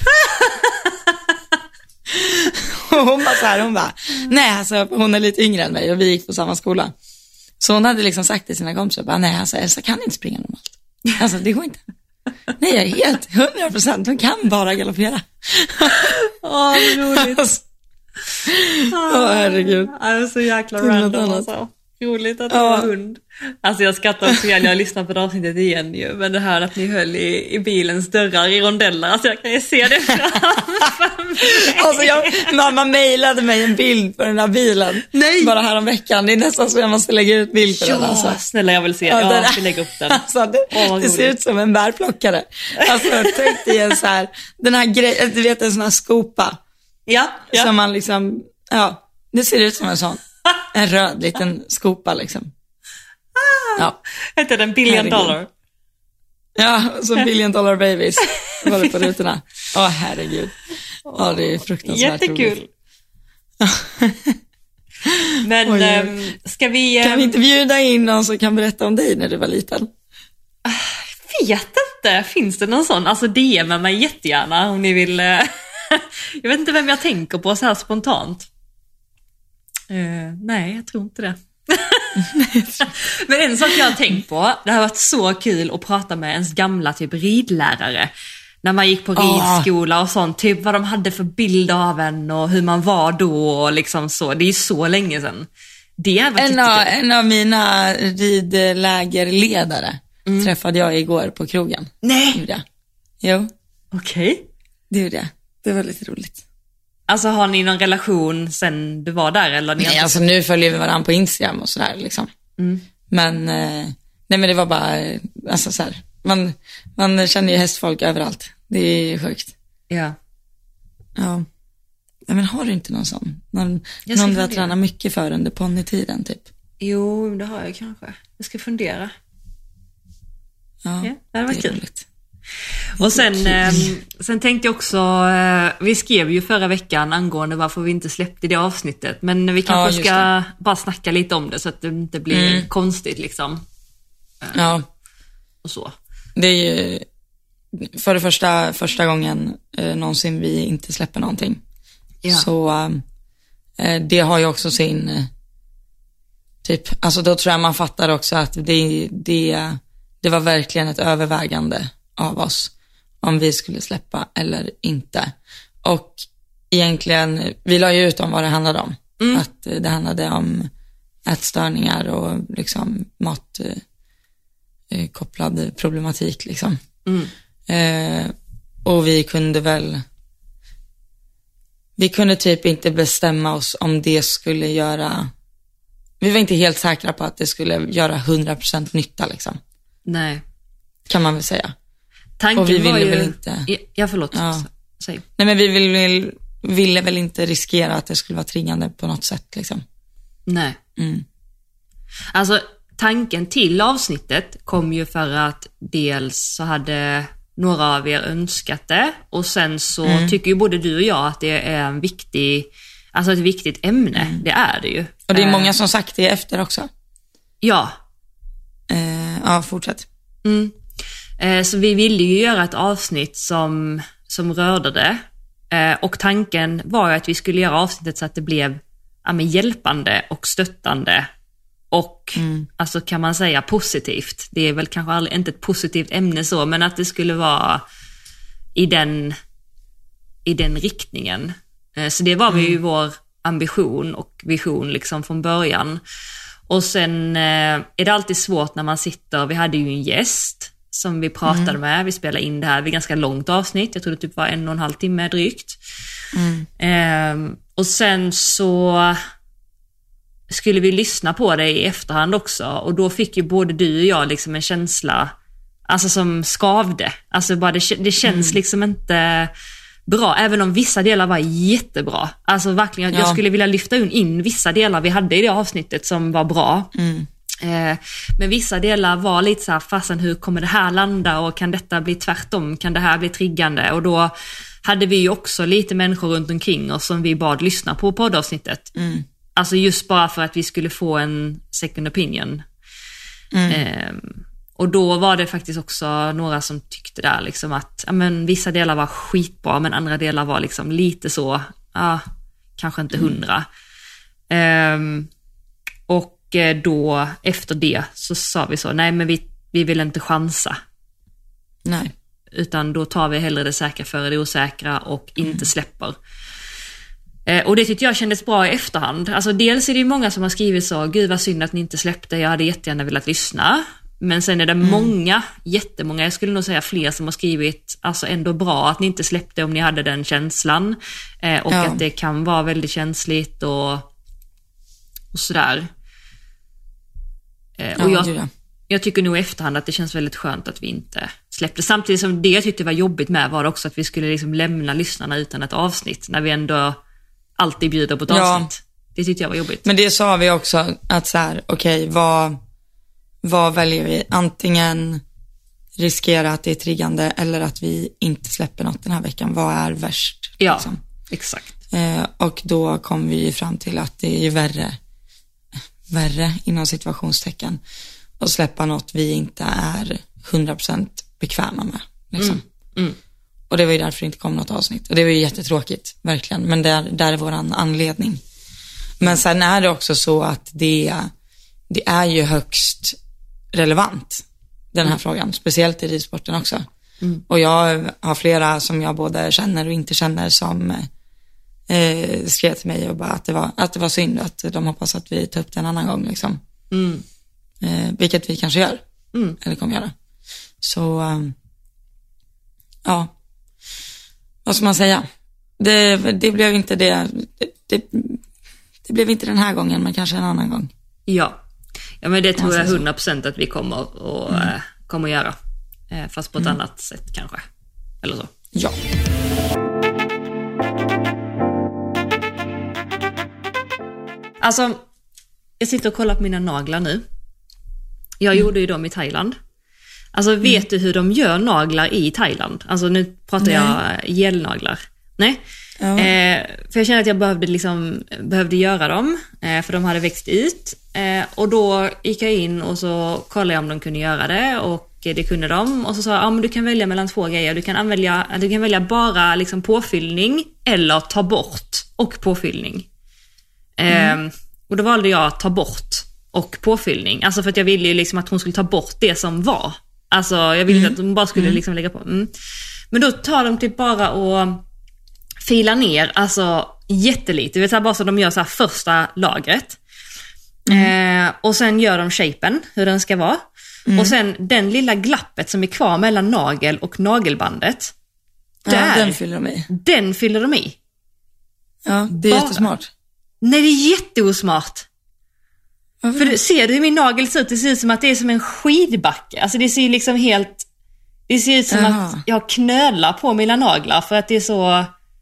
Speaker 1: Och hon bara, nej, alltså hon är lite yngre än mig och vi gick på samma skola. Så hon hade liksom sagt till sina kompisar, bara, nej, alltså Elsa kan inte springa normalt. Alltså det går inte. Nej, jag är helt 100%, hon kan bara galoppera.
Speaker 2: Åh, roligt.
Speaker 1: Herregud.
Speaker 2: Det är så jäkla random alltså. Roligt att det var hund. Alltså jag skrattar också igen, jag har lyssnat på det avsnittet igen ju. Men det här att ni höll i bilens dörrar i rondeller, alltså jag kan ju se det framför mig.
Speaker 1: Alltså mamma mejlade mig en bild på den här bilen. Nej. Bara här om veckan. Det är nästan så jag måste lägga ut bild på den. Alltså.
Speaker 2: Snälla, jag vill se. Jag ska lägga upp den.
Speaker 1: Alltså, det ser ut som en bärplockare. Alltså tänk dig en så här, den här grejen, du vet, en sån här skopa. Ja. Som man liksom, det ser ut som en sån. En röd liten skopa liksom. Ja.
Speaker 2: Hette den $1 billion?
Speaker 1: Ja, så $1 billion babies var det på rutorna. Herregud. Ja, det är fruktansvärt
Speaker 2: jättekul.
Speaker 1: Roligt.
Speaker 2: Men ska vi...
Speaker 1: Kan vi inte bjuda in någon som kan berätta om dig när du var liten?
Speaker 2: Vet inte, finns det någon sån? Alltså DM mig jättegärna om ni vill. Jag vet inte vem jag tänker på så här spontant. Nej, jag tror inte det. Men en sak jag har tänkt på, det har varit så kul att prata med ens gamla typ ridlärare. När man gick på ridskola och sånt, typ vad de hade för bild av en och hur man var då och liksom så. Det är ju så länge sedan. Det var
Speaker 1: en av mina ridlägerledare träffade jag igår på krogen.
Speaker 2: Nej!
Speaker 1: Jo.
Speaker 2: Okej.
Speaker 1: Det gjorde jag. Det var lite roligt.
Speaker 2: Alltså har ni någon relation sen du var där? Eller
Speaker 1: nej, alltså nu följer vi varandra på Instagram och sådär liksom. Men, nej men det var bara, alltså så här, man känner ju hästfolk överallt. Det är sjukt.
Speaker 2: Ja.
Speaker 1: Ja. Men har du inte någon sån? Någon du har tränat mycket för under ponnytiden typ?
Speaker 2: Jo, det har jag kanske. Jag ska fundera.
Speaker 1: Ja,
Speaker 2: det var kul.
Speaker 1: Roligt.
Speaker 2: Och sen tänkte jag också, vi skrev ju förra veckan angående varför vi inte släppte det avsnittet. Men vi kanske ska bara snacka lite om det så att det inte blir konstigt liksom.
Speaker 1: Ja.
Speaker 2: Och så.
Speaker 1: Det är ju för det första gången någonsin vi inte släpper någonting. Ja. Så det har ju också sin typ, alltså då tror jag man fattar också att det var verkligen ett övervägande av oss om vi skulle släppa eller inte. Och egentligen, vi la ju ut om vad det handlade om. Att det handlade om ätstörningar och liksom matkopplad problematik liksom. Och vi kunde typ inte bestämma oss om det skulle göra, vi var inte helt säkra på att det skulle göra 100% nytta liksom.
Speaker 2: Nej.
Speaker 1: Kan man väl säga.
Speaker 2: Tanken
Speaker 1: och vi ville
Speaker 2: var ju...
Speaker 1: väl inte...
Speaker 2: Ja, förlåt. Ja. Säg.
Speaker 1: Nej, men vi ville väl inte riskera att det skulle vara triggande på något sätt liksom.
Speaker 2: Nej. Alltså, tanken till avsnittet kom ju för att dels så hade några av er önskat det och sen så tycker ju både du och jag att det är ett viktigt ämne. Det är det ju.
Speaker 1: Och det är många som sagt det efter också.
Speaker 2: Ja.
Speaker 1: Ja, fortsätt.
Speaker 2: Så vi ville ju göra ett avsnitt som rörde det. Och tanken var ju att vi skulle göra avsnittet så att det blev hjälpande och stöttande. Och alltså kan man säga positivt. Det är väl kanske inte ett positivt ämne så, men att det skulle vara i den riktningen. Så det var ju vår ambition och vision liksom från början. Och sen är det alltid svårt när man sitter, vi hade ju en gäst som vi pratade med, vi spelade in det här vid ganska långt avsnitt, jag tror det typ var 1,5 timme drygt. Och sen så skulle vi lyssna på det i efterhand också, och då fick ju både du och jag liksom en känsla alltså som skavde, alltså bara det känns liksom inte bra, även om vissa delar var jättebra. Alltså verkligen, jag skulle vilja lyfta in vissa delar vi hade i det avsnittet som var bra. Men vissa delar var lite så här, fasen hur kommer det här landa och kan detta bli tvärtom, kan det här bli triggande? Och då hade vi ju också lite människor runt omkring oss som vi bad lyssna på poddavsnittet. Alltså just bara för att vi skulle få en second opinion. Och då var det faktiskt också några som tyckte där liksom att vissa delar var skitbra men andra delar var liksom lite så, kanske inte 100. Och då efter det så sa vi så, nej men vi vill inte chansa.
Speaker 1: Nej.
Speaker 2: Utan då tar vi hellre det säkra före det osäkra och inte släpper. Och det tyckte jag kändes bra i efterhand. Alltså dels är det ju många som har skrivit så, gud vad synd att ni inte släppte, jag hade jättegärna velat lyssna. Men sen är det jättemånga, jag skulle nog säga fler som har skrivit, alltså ändå bra att ni inte släppte om ni hade den känslan. Och att det kan vara väldigt känsligt och sådär. Och jag tycker nog i efterhand att det känns väldigt skönt att vi inte släppte. Samtidigt som det jag tyckte var jobbigt med var också att vi skulle liksom lämna lyssnarna utan ett avsnitt när vi ändå alltid bjuder på ett avsnitt. Det tyckte jag var jobbigt.
Speaker 1: Men det sa vi också, att så här, okej, vad väljer vi? Antingen riskera att det är triggande eller att vi inte släpper något den här veckan. Vad är värst?
Speaker 2: Ja,
Speaker 1: liksom?
Speaker 2: exakt.
Speaker 1: Och då kom vi fram till att det är värre inom situationstecken att släppa något vi inte är 100% bekväma med. Liksom. Och det var ju därför det inte kom något avsnitt. Och det var ju jättetråkigt, verkligen. Men där är våran anledning. Men sen är det också så att det är ju högst relevant, den här frågan. Speciellt i ridsporten också. Och jag har flera som jag både känner och inte känner som skrev till mig och bara att det var synd, att de hoppas att vi tar upp det en annan gång. Liksom. Vilket vi kanske gör. Eller kommer göra. Så ja. Vad ska man säga? Det blev inte det blev inte den här gången, men kanske en annan gång.
Speaker 2: Ja men det tror jag 100% att vi kommer att göra. Fast på ett annat sätt kanske. Eller så.
Speaker 1: Ja.
Speaker 2: Alltså, jag sitter och kollar på mina naglar nu. Jag gjorde ju dem i Thailand. Alltså, vet du hur de gör naglar i Thailand? Alltså, nu pratar jag gelnaglar. Nej. Ja. För jag kände att jag behövde göra dem. För de hade växt ut. Och då gick jag in och så kollade jag om de kunde göra det. Och det kunde de. Och så sa jag, men du kan välja mellan 2 grejer. Du kan välja bara liksom påfyllning eller ta bort och påfyllning. Och då valde jag att ta bort och påfyllning. Alltså för att jag ville ju liksom att hon skulle ta bort det som var. Alltså jag ville att hon bara skulle liksom lägga på. Men då tar de typ bara och filar ner, alltså jättelite. Vet du, bara så de gör så här första lagret. Och sen gör de shapen, hur den ska vara. Och sen den lilla glappet som är kvar mellan nagel och nagelbandet.
Speaker 1: Den fyller de i. Ja, det är jättesmart.
Speaker 2: Nej, det är jätteosmart. För ser du hur min nagel ser ut? Det ser ut som att det är som en skidbacke. Alltså det ser liksom helt... Det ser ut som att jag knölar på mina naglar för att det är så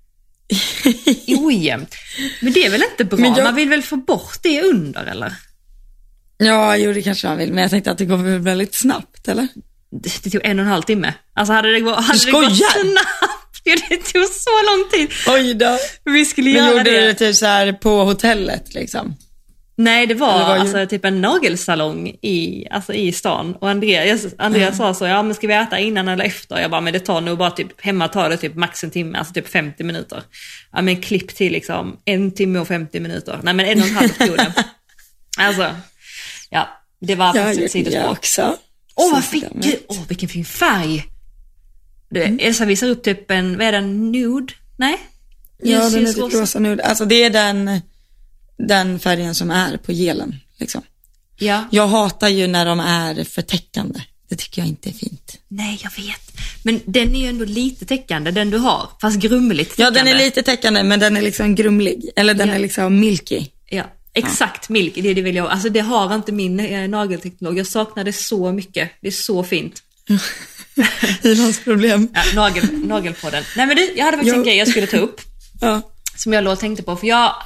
Speaker 2: ojämnt. Men det är väl inte bra? Man vill väl få bort det under, eller?
Speaker 1: Ja, jo, det kanske man vill. Men jag tänkte att det går väldigt snabbt, eller?
Speaker 2: Det tog 1,5 timme. Alltså hade det gått snabbt. Det tog så lång tid.
Speaker 1: Oj då.
Speaker 2: Vi skulle göra
Speaker 1: det. Gjorde det typ så här på hotellet liksom?
Speaker 2: Nej, det var alltså typ en nagelsalong i stan. Och Andreas sa så, men ska vi äta innan eller efter? Jag bara, men det tar nog bara typ, hemma tar det typ max en timme, alltså typ 50 minuter. Ja, men klipp till liksom 1 timme och 50 minuter. Nej, men 1,5 timme. Alltså, ja, det var faktiskt ett sidospår.
Speaker 1: Också.
Speaker 2: Vilken fin färg. Elsa visar upp typ vad är den, nude? Nej?
Speaker 1: Ja, den är typ rosa nude. Alltså det är den färgen som är på gelen liksom.
Speaker 2: Ja.
Speaker 1: Jag hatar ju när de är för täckande. Det tycker jag inte är fint.
Speaker 2: Nej, jag vet. Men den är ju ändå lite täckande, den du har. Fast grumligt täckande.
Speaker 1: Ja, den är lite täckande, men den är liksom grumlig. Eller den är liksom milky.
Speaker 2: Ja, exakt, milky. Det vill jag. Alltså det har inte min nagelteknolog. Jag saknar det så mycket. Det är så fint.
Speaker 1: Ilans problem.
Speaker 2: Ja, nagelpodden. Nej, men jag hade faktiskt en grej jag skulle ta upp.
Speaker 1: Ja.
Speaker 2: Som jag tänkte på. För jag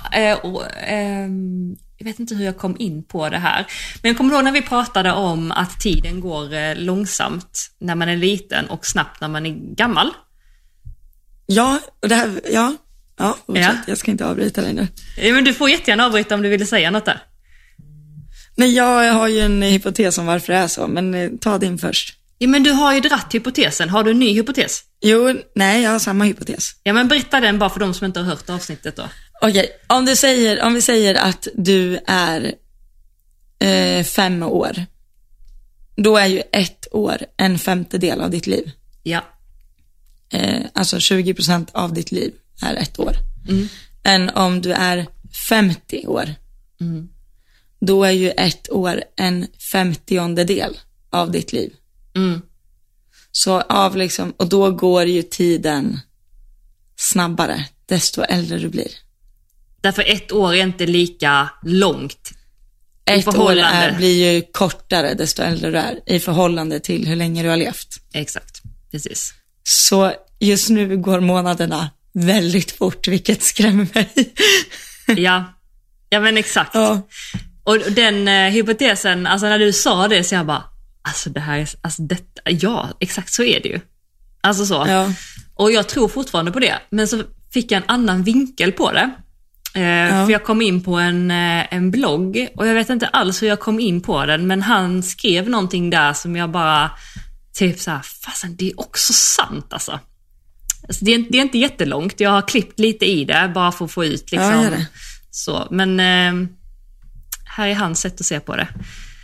Speaker 2: vet inte hur jag kom in på det här. Men jag kommer ihåg när vi pratade om att tiden går långsamt när man är liten och snabbt när man är gammal.
Speaker 1: Ja, och det här, jag ska inte avbryta längre.
Speaker 2: Ja, men du får jättegärna avbryta om du vill säga något där.
Speaker 1: Nej, jag har ju en hypotes om varför det är så, men ta din först.
Speaker 2: Ja, men du har ju dratt hypotesen. Har du en ny hypotes?
Speaker 1: Jo, nej, jag har samma hypotes.
Speaker 2: Ja, men berätta den bara för de som inte har hört avsnittet då.
Speaker 1: Okej, om vi säger att du är 5 år. Då är ju 1 år en 1/5 av ditt liv.
Speaker 2: Ja.
Speaker 1: Alltså 20% av ditt liv är 1 år. Än om du är 50 år. Då är ju 1 år en 50:e av ditt liv. Så och då går ju tiden snabbare desto äldre du blir.
Speaker 2: Därför 1 år är inte lika långt.
Speaker 1: 1 år blir ju kortare desto äldre du är i förhållande till hur länge du har levt.
Speaker 2: Exakt, precis.
Speaker 1: Så just nu går månaderna väldigt fort, vilket skrämmer mig.
Speaker 2: Ja, Ja men exakt.
Speaker 1: Ja.
Speaker 2: Och den hypotesen, alltså när du sa det så jag bara, alltså det här är, alltså detta, ja exakt så är det ju. Alltså så.
Speaker 1: Ja.
Speaker 2: Och jag tror fortfarande på det, men så fick jag en annan vinkel på det. För jag kom in på en blogg och jag vet inte alls hur jag kom in på den, men han skrev någonting där som jag bara typ så här, fasen det är också sant alltså. Alltså det är inte jättelångt, jag har klippt lite i det bara för att få ut liksom.
Speaker 1: Ja, gör det.
Speaker 2: Så, men här är hans sätt att se på det.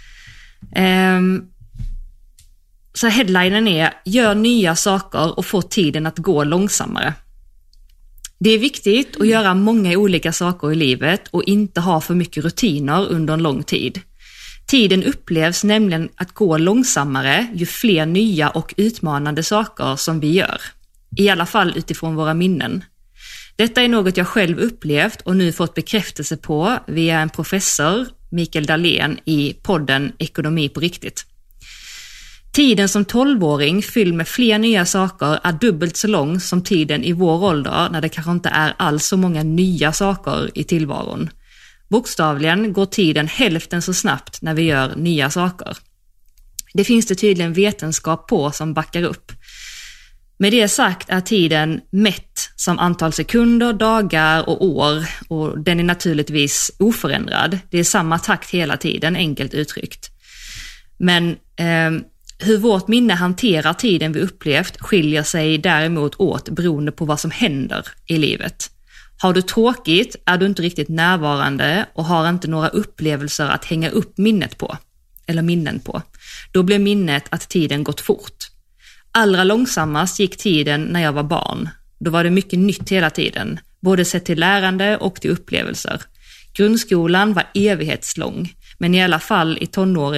Speaker 2: Så headlinen är: gör nya saker och få tiden att gå långsammare. Det är viktigt att göra många olika saker i livet och inte ha för mycket rutiner under en lång tid. Tiden upplevs nämligen att gå långsammare ju fler nya och utmanande saker som vi gör. I alla fall utifrån våra minnen. Detta är något jag själv upplevt och nu fått bekräftelse på via en professor, Mikael Dahlén, i podden Ekonomi på riktigt. Tiden som 12-åring fylld med fler nya saker är dubbelt så lång som tiden i vår ålder när det kanske inte är alls så många nya saker i tillvaron. Bokstavligen går tiden hälften så snabbt när vi gör nya saker. Det finns det tydligen vetenskap på som backar upp. Med det sagt är tiden mätt som antal sekunder, dagar och år och den är naturligtvis oförändrad. Det är samma takt hela tiden, enkelt uttryckt. Men hur vårt minne hanterar tiden vi upplevt skiljer sig däremot åt beroende på vad som händer i livet. Har du tråkigt är du inte riktigt närvarande och har inte några upplevelser att hänga upp minnet på, eller minnen på. Då blir minnet att tiden gått fort. Allra långsammast gick tiden när jag var barn. Då var det mycket nytt hela tiden, både sett till lärande och till upplevelser. Grundskolan var evighetslång, men i alla fall i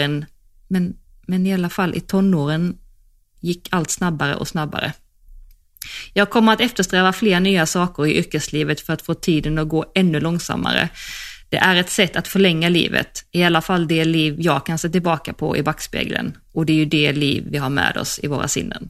Speaker 2: tonåren gick allt snabbare och snabbare. Jag kommer att eftersträva fler nya saker i yrkeslivet för att få tiden att gå ännu långsammare. Det är ett sätt att förlänga livet, i alla fall det liv jag kan se tillbaka på i backspegeln. Och det är ju det liv vi har med oss i våra sinnen.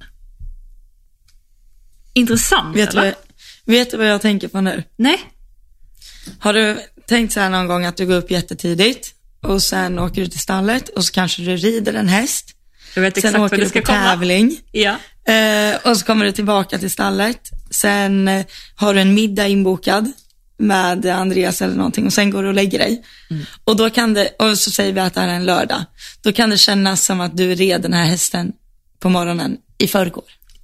Speaker 2: Intressant, eller?
Speaker 1: Vet du vad jag tänker på nu?
Speaker 2: Nej.
Speaker 1: Har du tänkt så här någon gång att du går upp jättetidigt och sen åker du till stallet och så kanske du rider en häst.
Speaker 2: Jag vet exakt
Speaker 1: sen åker
Speaker 2: vad det
Speaker 1: du
Speaker 2: ska
Speaker 1: på
Speaker 2: komma.
Speaker 1: tävling.
Speaker 2: Ja.
Speaker 1: Och så kommer du tillbaka till stallet. Sen har du en middag inbokad med Andreas eller någonting och sen går du och lägger dig. Och då kan det, och så säger vi att det här är en lördag. Då kan det kännas som att du red den här hästen på morgonen i förrgår.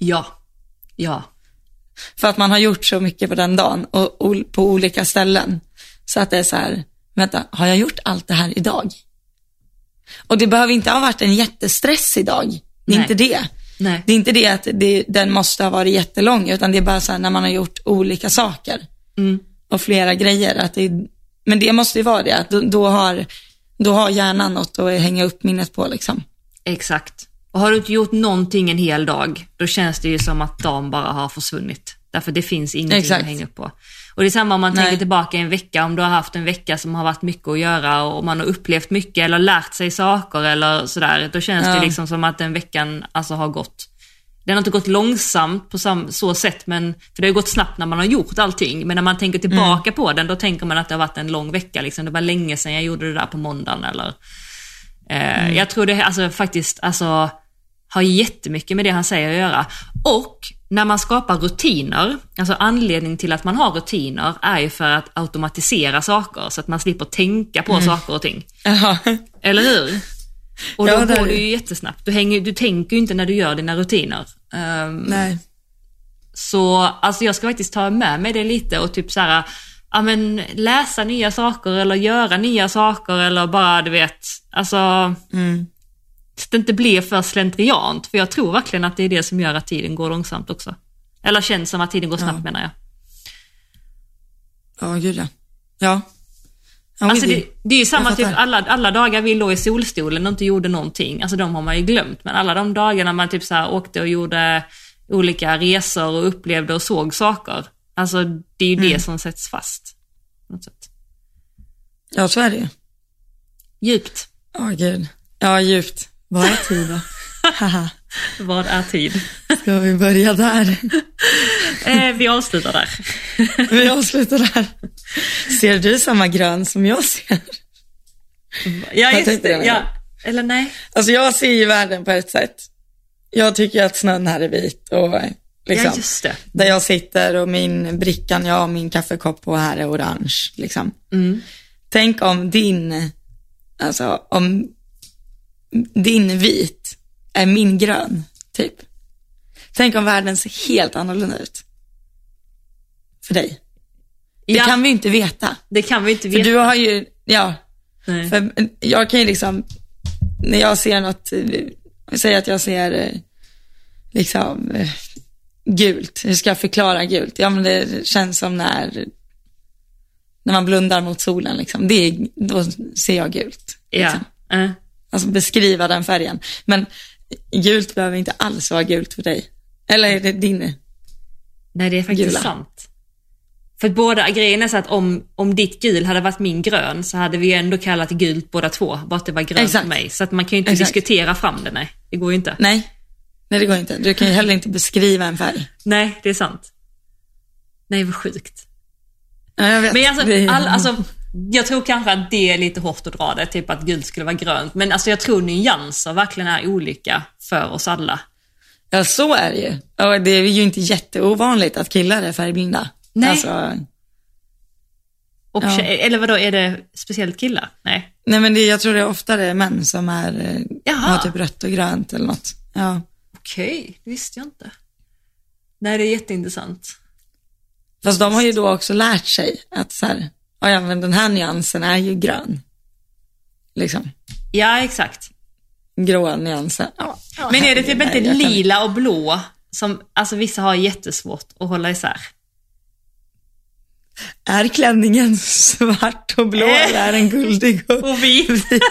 Speaker 2: Ja.
Speaker 1: För att man har gjort så mycket på den dagen och på olika ställen. Så att det är så här, vänta, har jag gjort allt det här idag? Och det behöver inte ha varit en jättestress idag. Det är inte det.
Speaker 2: Nej.
Speaker 1: Det är inte det att den måste ha varit jättelång, utan det är bara så här när man har gjort olika saker. Och flera grejer. Men det måste ju vara det, att då har hjärnan något att hänga upp minnet på liksom.
Speaker 2: Exakt. Och har du inte gjort någonting en hel dag, då känns det ju som att dagen bara har försvunnit. Därför det finns ingenting att hänga upp på. Och det är samma om man tänker tillbaka en vecka, om du har haft en vecka som har varit mycket att göra och man har upplevt mycket eller lärt sig saker eller sådär, då känns det liksom som att den veckan alltså har gått. Den har inte gått långsamt på så sätt, men för det har gått snabbt när man har gjort allting, men när man tänker tillbaka på den, då tänker man att det har varit en lång vecka liksom. Det var länge sedan jag gjorde det där på måndagen eller jag tror det alltså faktiskt alltså har jättemycket med det han säger att göra. Och när man skapar rutiner, alltså anledning till att man har rutiner är ju för att automatisera saker så att man slipper tänka på saker och ting. Eller hur? Och då går det ju jättesnabbt. Du tänker ju inte när du gör dina rutiner.
Speaker 1: Nej.
Speaker 2: Så alltså jag ska faktiskt ta med mig det lite och typ så här, ja men läsa nya saker eller göra nya saker eller bara du vet, alltså så det inte blir för slentriant, för jag tror verkligen att det är det som gör att tiden går långsamt också. Eller känns som att tiden går snabbt menar jag.
Speaker 1: Ja, gud ja. Ja.
Speaker 2: Alltså det är ju samma typ alla dagar vi låg i solstolen och inte gjorde någonting. Alltså de har man ju glömt. Men alla de dagarna man typ så här åkte och gjorde olika resor och upplevde och såg saker. Alltså det är ju det som sätts fast. På något sätt.
Speaker 1: Ja, så är det ju.
Speaker 2: Djupt.
Speaker 1: Ja, gud. Ja, djupt. Vad är tid då?
Speaker 2: Vad är tid?
Speaker 1: Ska vi börja där?
Speaker 2: Vi avslutar där.
Speaker 1: Vi avslutar där. Ser du samma grön som jag ser?
Speaker 2: Ja, just det. Ja. Eller nej?
Speaker 1: Alltså jag ser ju världen på ett sätt. Jag tycker att snön här är vit och liksom,
Speaker 2: ja, just det.
Speaker 1: Där jag sitter och min brickan, jag har min kaffekopp och här är orange liksom. Tänk om din vit är min grön typ. Tänk om världen ser helt annorlunda ut för dig. Det kan vi inte veta.
Speaker 2: Det kan vi inte veta.
Speaker 1: För du har ju, för jag kan ju liksom, när jag ser något, säg att jag ser liksom gult, hur ska jag förklara gult? Ja, men det känns som när man blundar mot solen liksom, då ser jag gult liksom. Alltså beskriva den färgen. Men gult behöver inte alls vara gult för dig. Eller är det din?
Speaker 2: Nej, det är faktiskt
Speaker 1: gula?
Speaker 2: Sant. För båda grejen är så att om ditt gul hade varit min grön så hade vi ändå kallat det gult båda två. Bara att det var grönt för mig. Så att man kan ju inte diskutera fram det, nej. Det går ju inte.
Speaker 1: Nej, det går inte. Du kan ju heller inte beskriva en färg.
Speaker 2: Nej, det är sant. Nej, vad sjukt.
Speaker 1: Ja, jag vet.
Speaker 2: Men alltså, jag tror kanske att det är lite hårt att dra det. Typ att gult skulle vara grönt. Men alltså jag tror nyanser verkligen är olika för oss alla.
Speaker 1: Ja, så är det ju. Och det är ju inte jätteovanligt att killar är färgblinda.
Speaker 2: Nej.
Speaker 1: Alltså,
Speaker 2: och eller vadå, är det speciellt killar? Nej.
Speaker 1: Nej, men jag tror det är oftare män som har typ rött och grönt eller något. Ja.
Speaker 2: Okej, det visste jag inte. Nej, det är jätteintressant.
Speaker 1: Fast de har ju då också lärt sig att så här, ja men den här nyansen är ju grön. Liksom.
Speaker 2: Ja, exakt.
Speaker 1: Gråa nyanser. Ja,
Speaker 2: men är det typ inte lila och blå som alltså vissa har jättesvårt att hålla isär?
Speaker 1: Är klänningen svart och blå eller är den guldig
Speaker 2: och vit?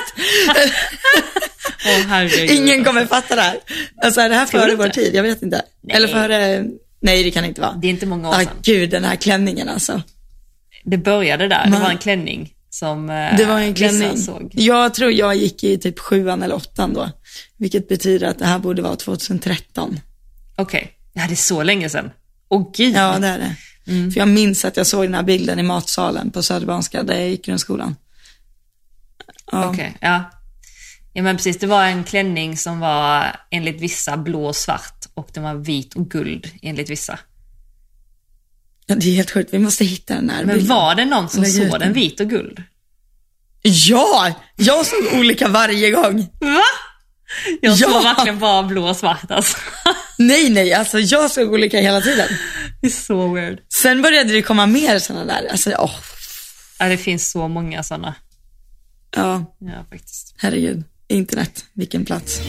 Speaker 1: Ingen kommer fatta det här. Alltså är det här före vår tid? Jag vet inte. Nej. Eller före... Nej, det kan inte vara.
Speaker 2: Det är inte många år sedan.
Speaker 1: Gud, den här klänningen alltså.
Speaker 2: Det började där. Det var en klänning som
Speaker 1: det var en klänning.
Speaker 2: Såg.
Speaker 1: Jag tror jag gick i typ 7:an eller 8:an då. Vilket betyder att det här borde vara 2013.
Speaker 2: Okej. Ja, det är så länge sedan. Gud.
Speaker 1: Ja, det är det. För jag minns att jag såg den här bilden i matsalen på Söderbanska där jag gick i grundskolan. Ja.
Speaker 2: Okej, ja. Ja, men precis. Det var en klänning som var enligt vissa blå och svart och den var vit och guld enligt vissa.
Speaker 1: Ja, det är helt sjukt. Vi måste hitta den här
Speaker 2: Men
Speaker 1: bilden.
Speaker 2: var det någon som såg den vit och guld?
Speaker 1: Ja! Jag såg olika varje gång.
Speaker 2: Va? Jag såg verkligen bara blå och svart alltså.
Speaker 1: Nej, alltså jag såg olika hela tiden.
Speaker 2: Det är så weird.
Speaker 1: Sen började det komma mer sådana där. Alltså,
Speaker 2: Ja, det finns så många sådana.
Speaker 1: Ja,
Speaker 2: faktiskt.
Speaker 1: Herregud. Internet, vilken plats.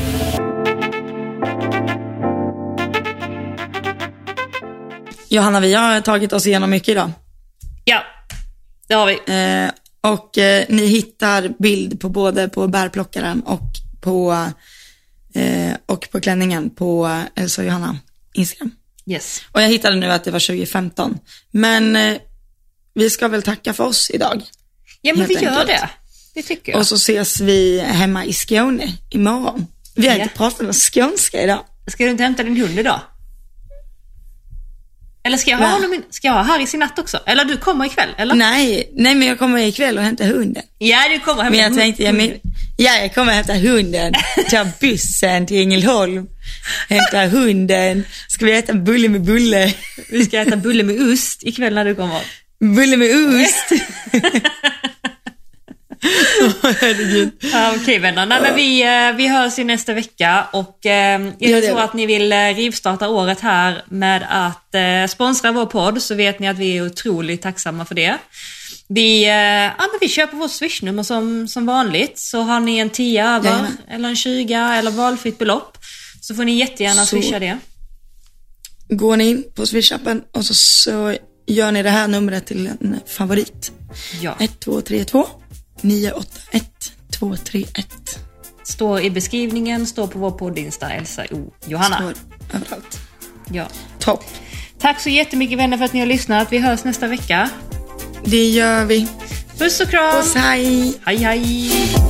Speaker 1: Johanna, vi har tagit oss igenom mycket idag.
Speaker 2: Ja, det har vi.
Speaker 1: Och ni hittar bild på både på bärplockaren och på klänningen på Elsa och Johanna Instagram.
Speaker 2: Yes.
Speaker 1: Och jag hittade nu att det var 2015. Men vi ska väl tacka för oss idag.
Speaker 2: Ja, men vi gör det. Det tycker jag.
Speaker 1: Och så ses vi hemma i Skåne imorgon. Vi har inte pratat om skånska idag.
Speaker 2: Ska du inte hämta din hund idag? Eller ska jag ha Harry i natt också? Eller du kommer ikväll, eller?
Speaker 1: Nej, men jag kommer ikväll och hämta hunden.
Speaker 2: Ja, du kommer hämta
Speaker 1: hunden. Men jag kommer hämta hunden. Ta bussen till Ängelholm. Hämta hunden. Ska vi äta bulle med bulle?
Speaker 2: Vi ska äta bulle med ost ikväll när du kommer.
Speaker 1: Bulle med ost.
Speaker 2: Okej, vänner. Nej, men vi hörs i nästa vecka och är det så att ni vill rivstarta året här med att sponsra vår podd så vet ni att vi är otroligt tacksamma för det. Vi kör på vårt Swish-nummer som vanligt, så har ni en 10 över eller en 20 eller valfritt belopp så får ni jättegärna swisha det.
Speaker 1: Går ni in på Swish-appen och så gör ni det här numret till en favorit. 1232 981 231.
Speaker 2: Står i beskrivningen, står på vår podd Insta, Elsa O. Johanna.
Speaker 1: Står överallt.
Speaker 2: Ja.
Speaker 1: Topp.
Speaker 2: Tack så jättemycket vänner för att ni har lyssnat. Vi hörs nästa vecka.
Speaker 1: Det gör vi.
Speaker 2: Puss och kram.
Speaker 1: Puss, hej.
Speaker 2: Hej, hej.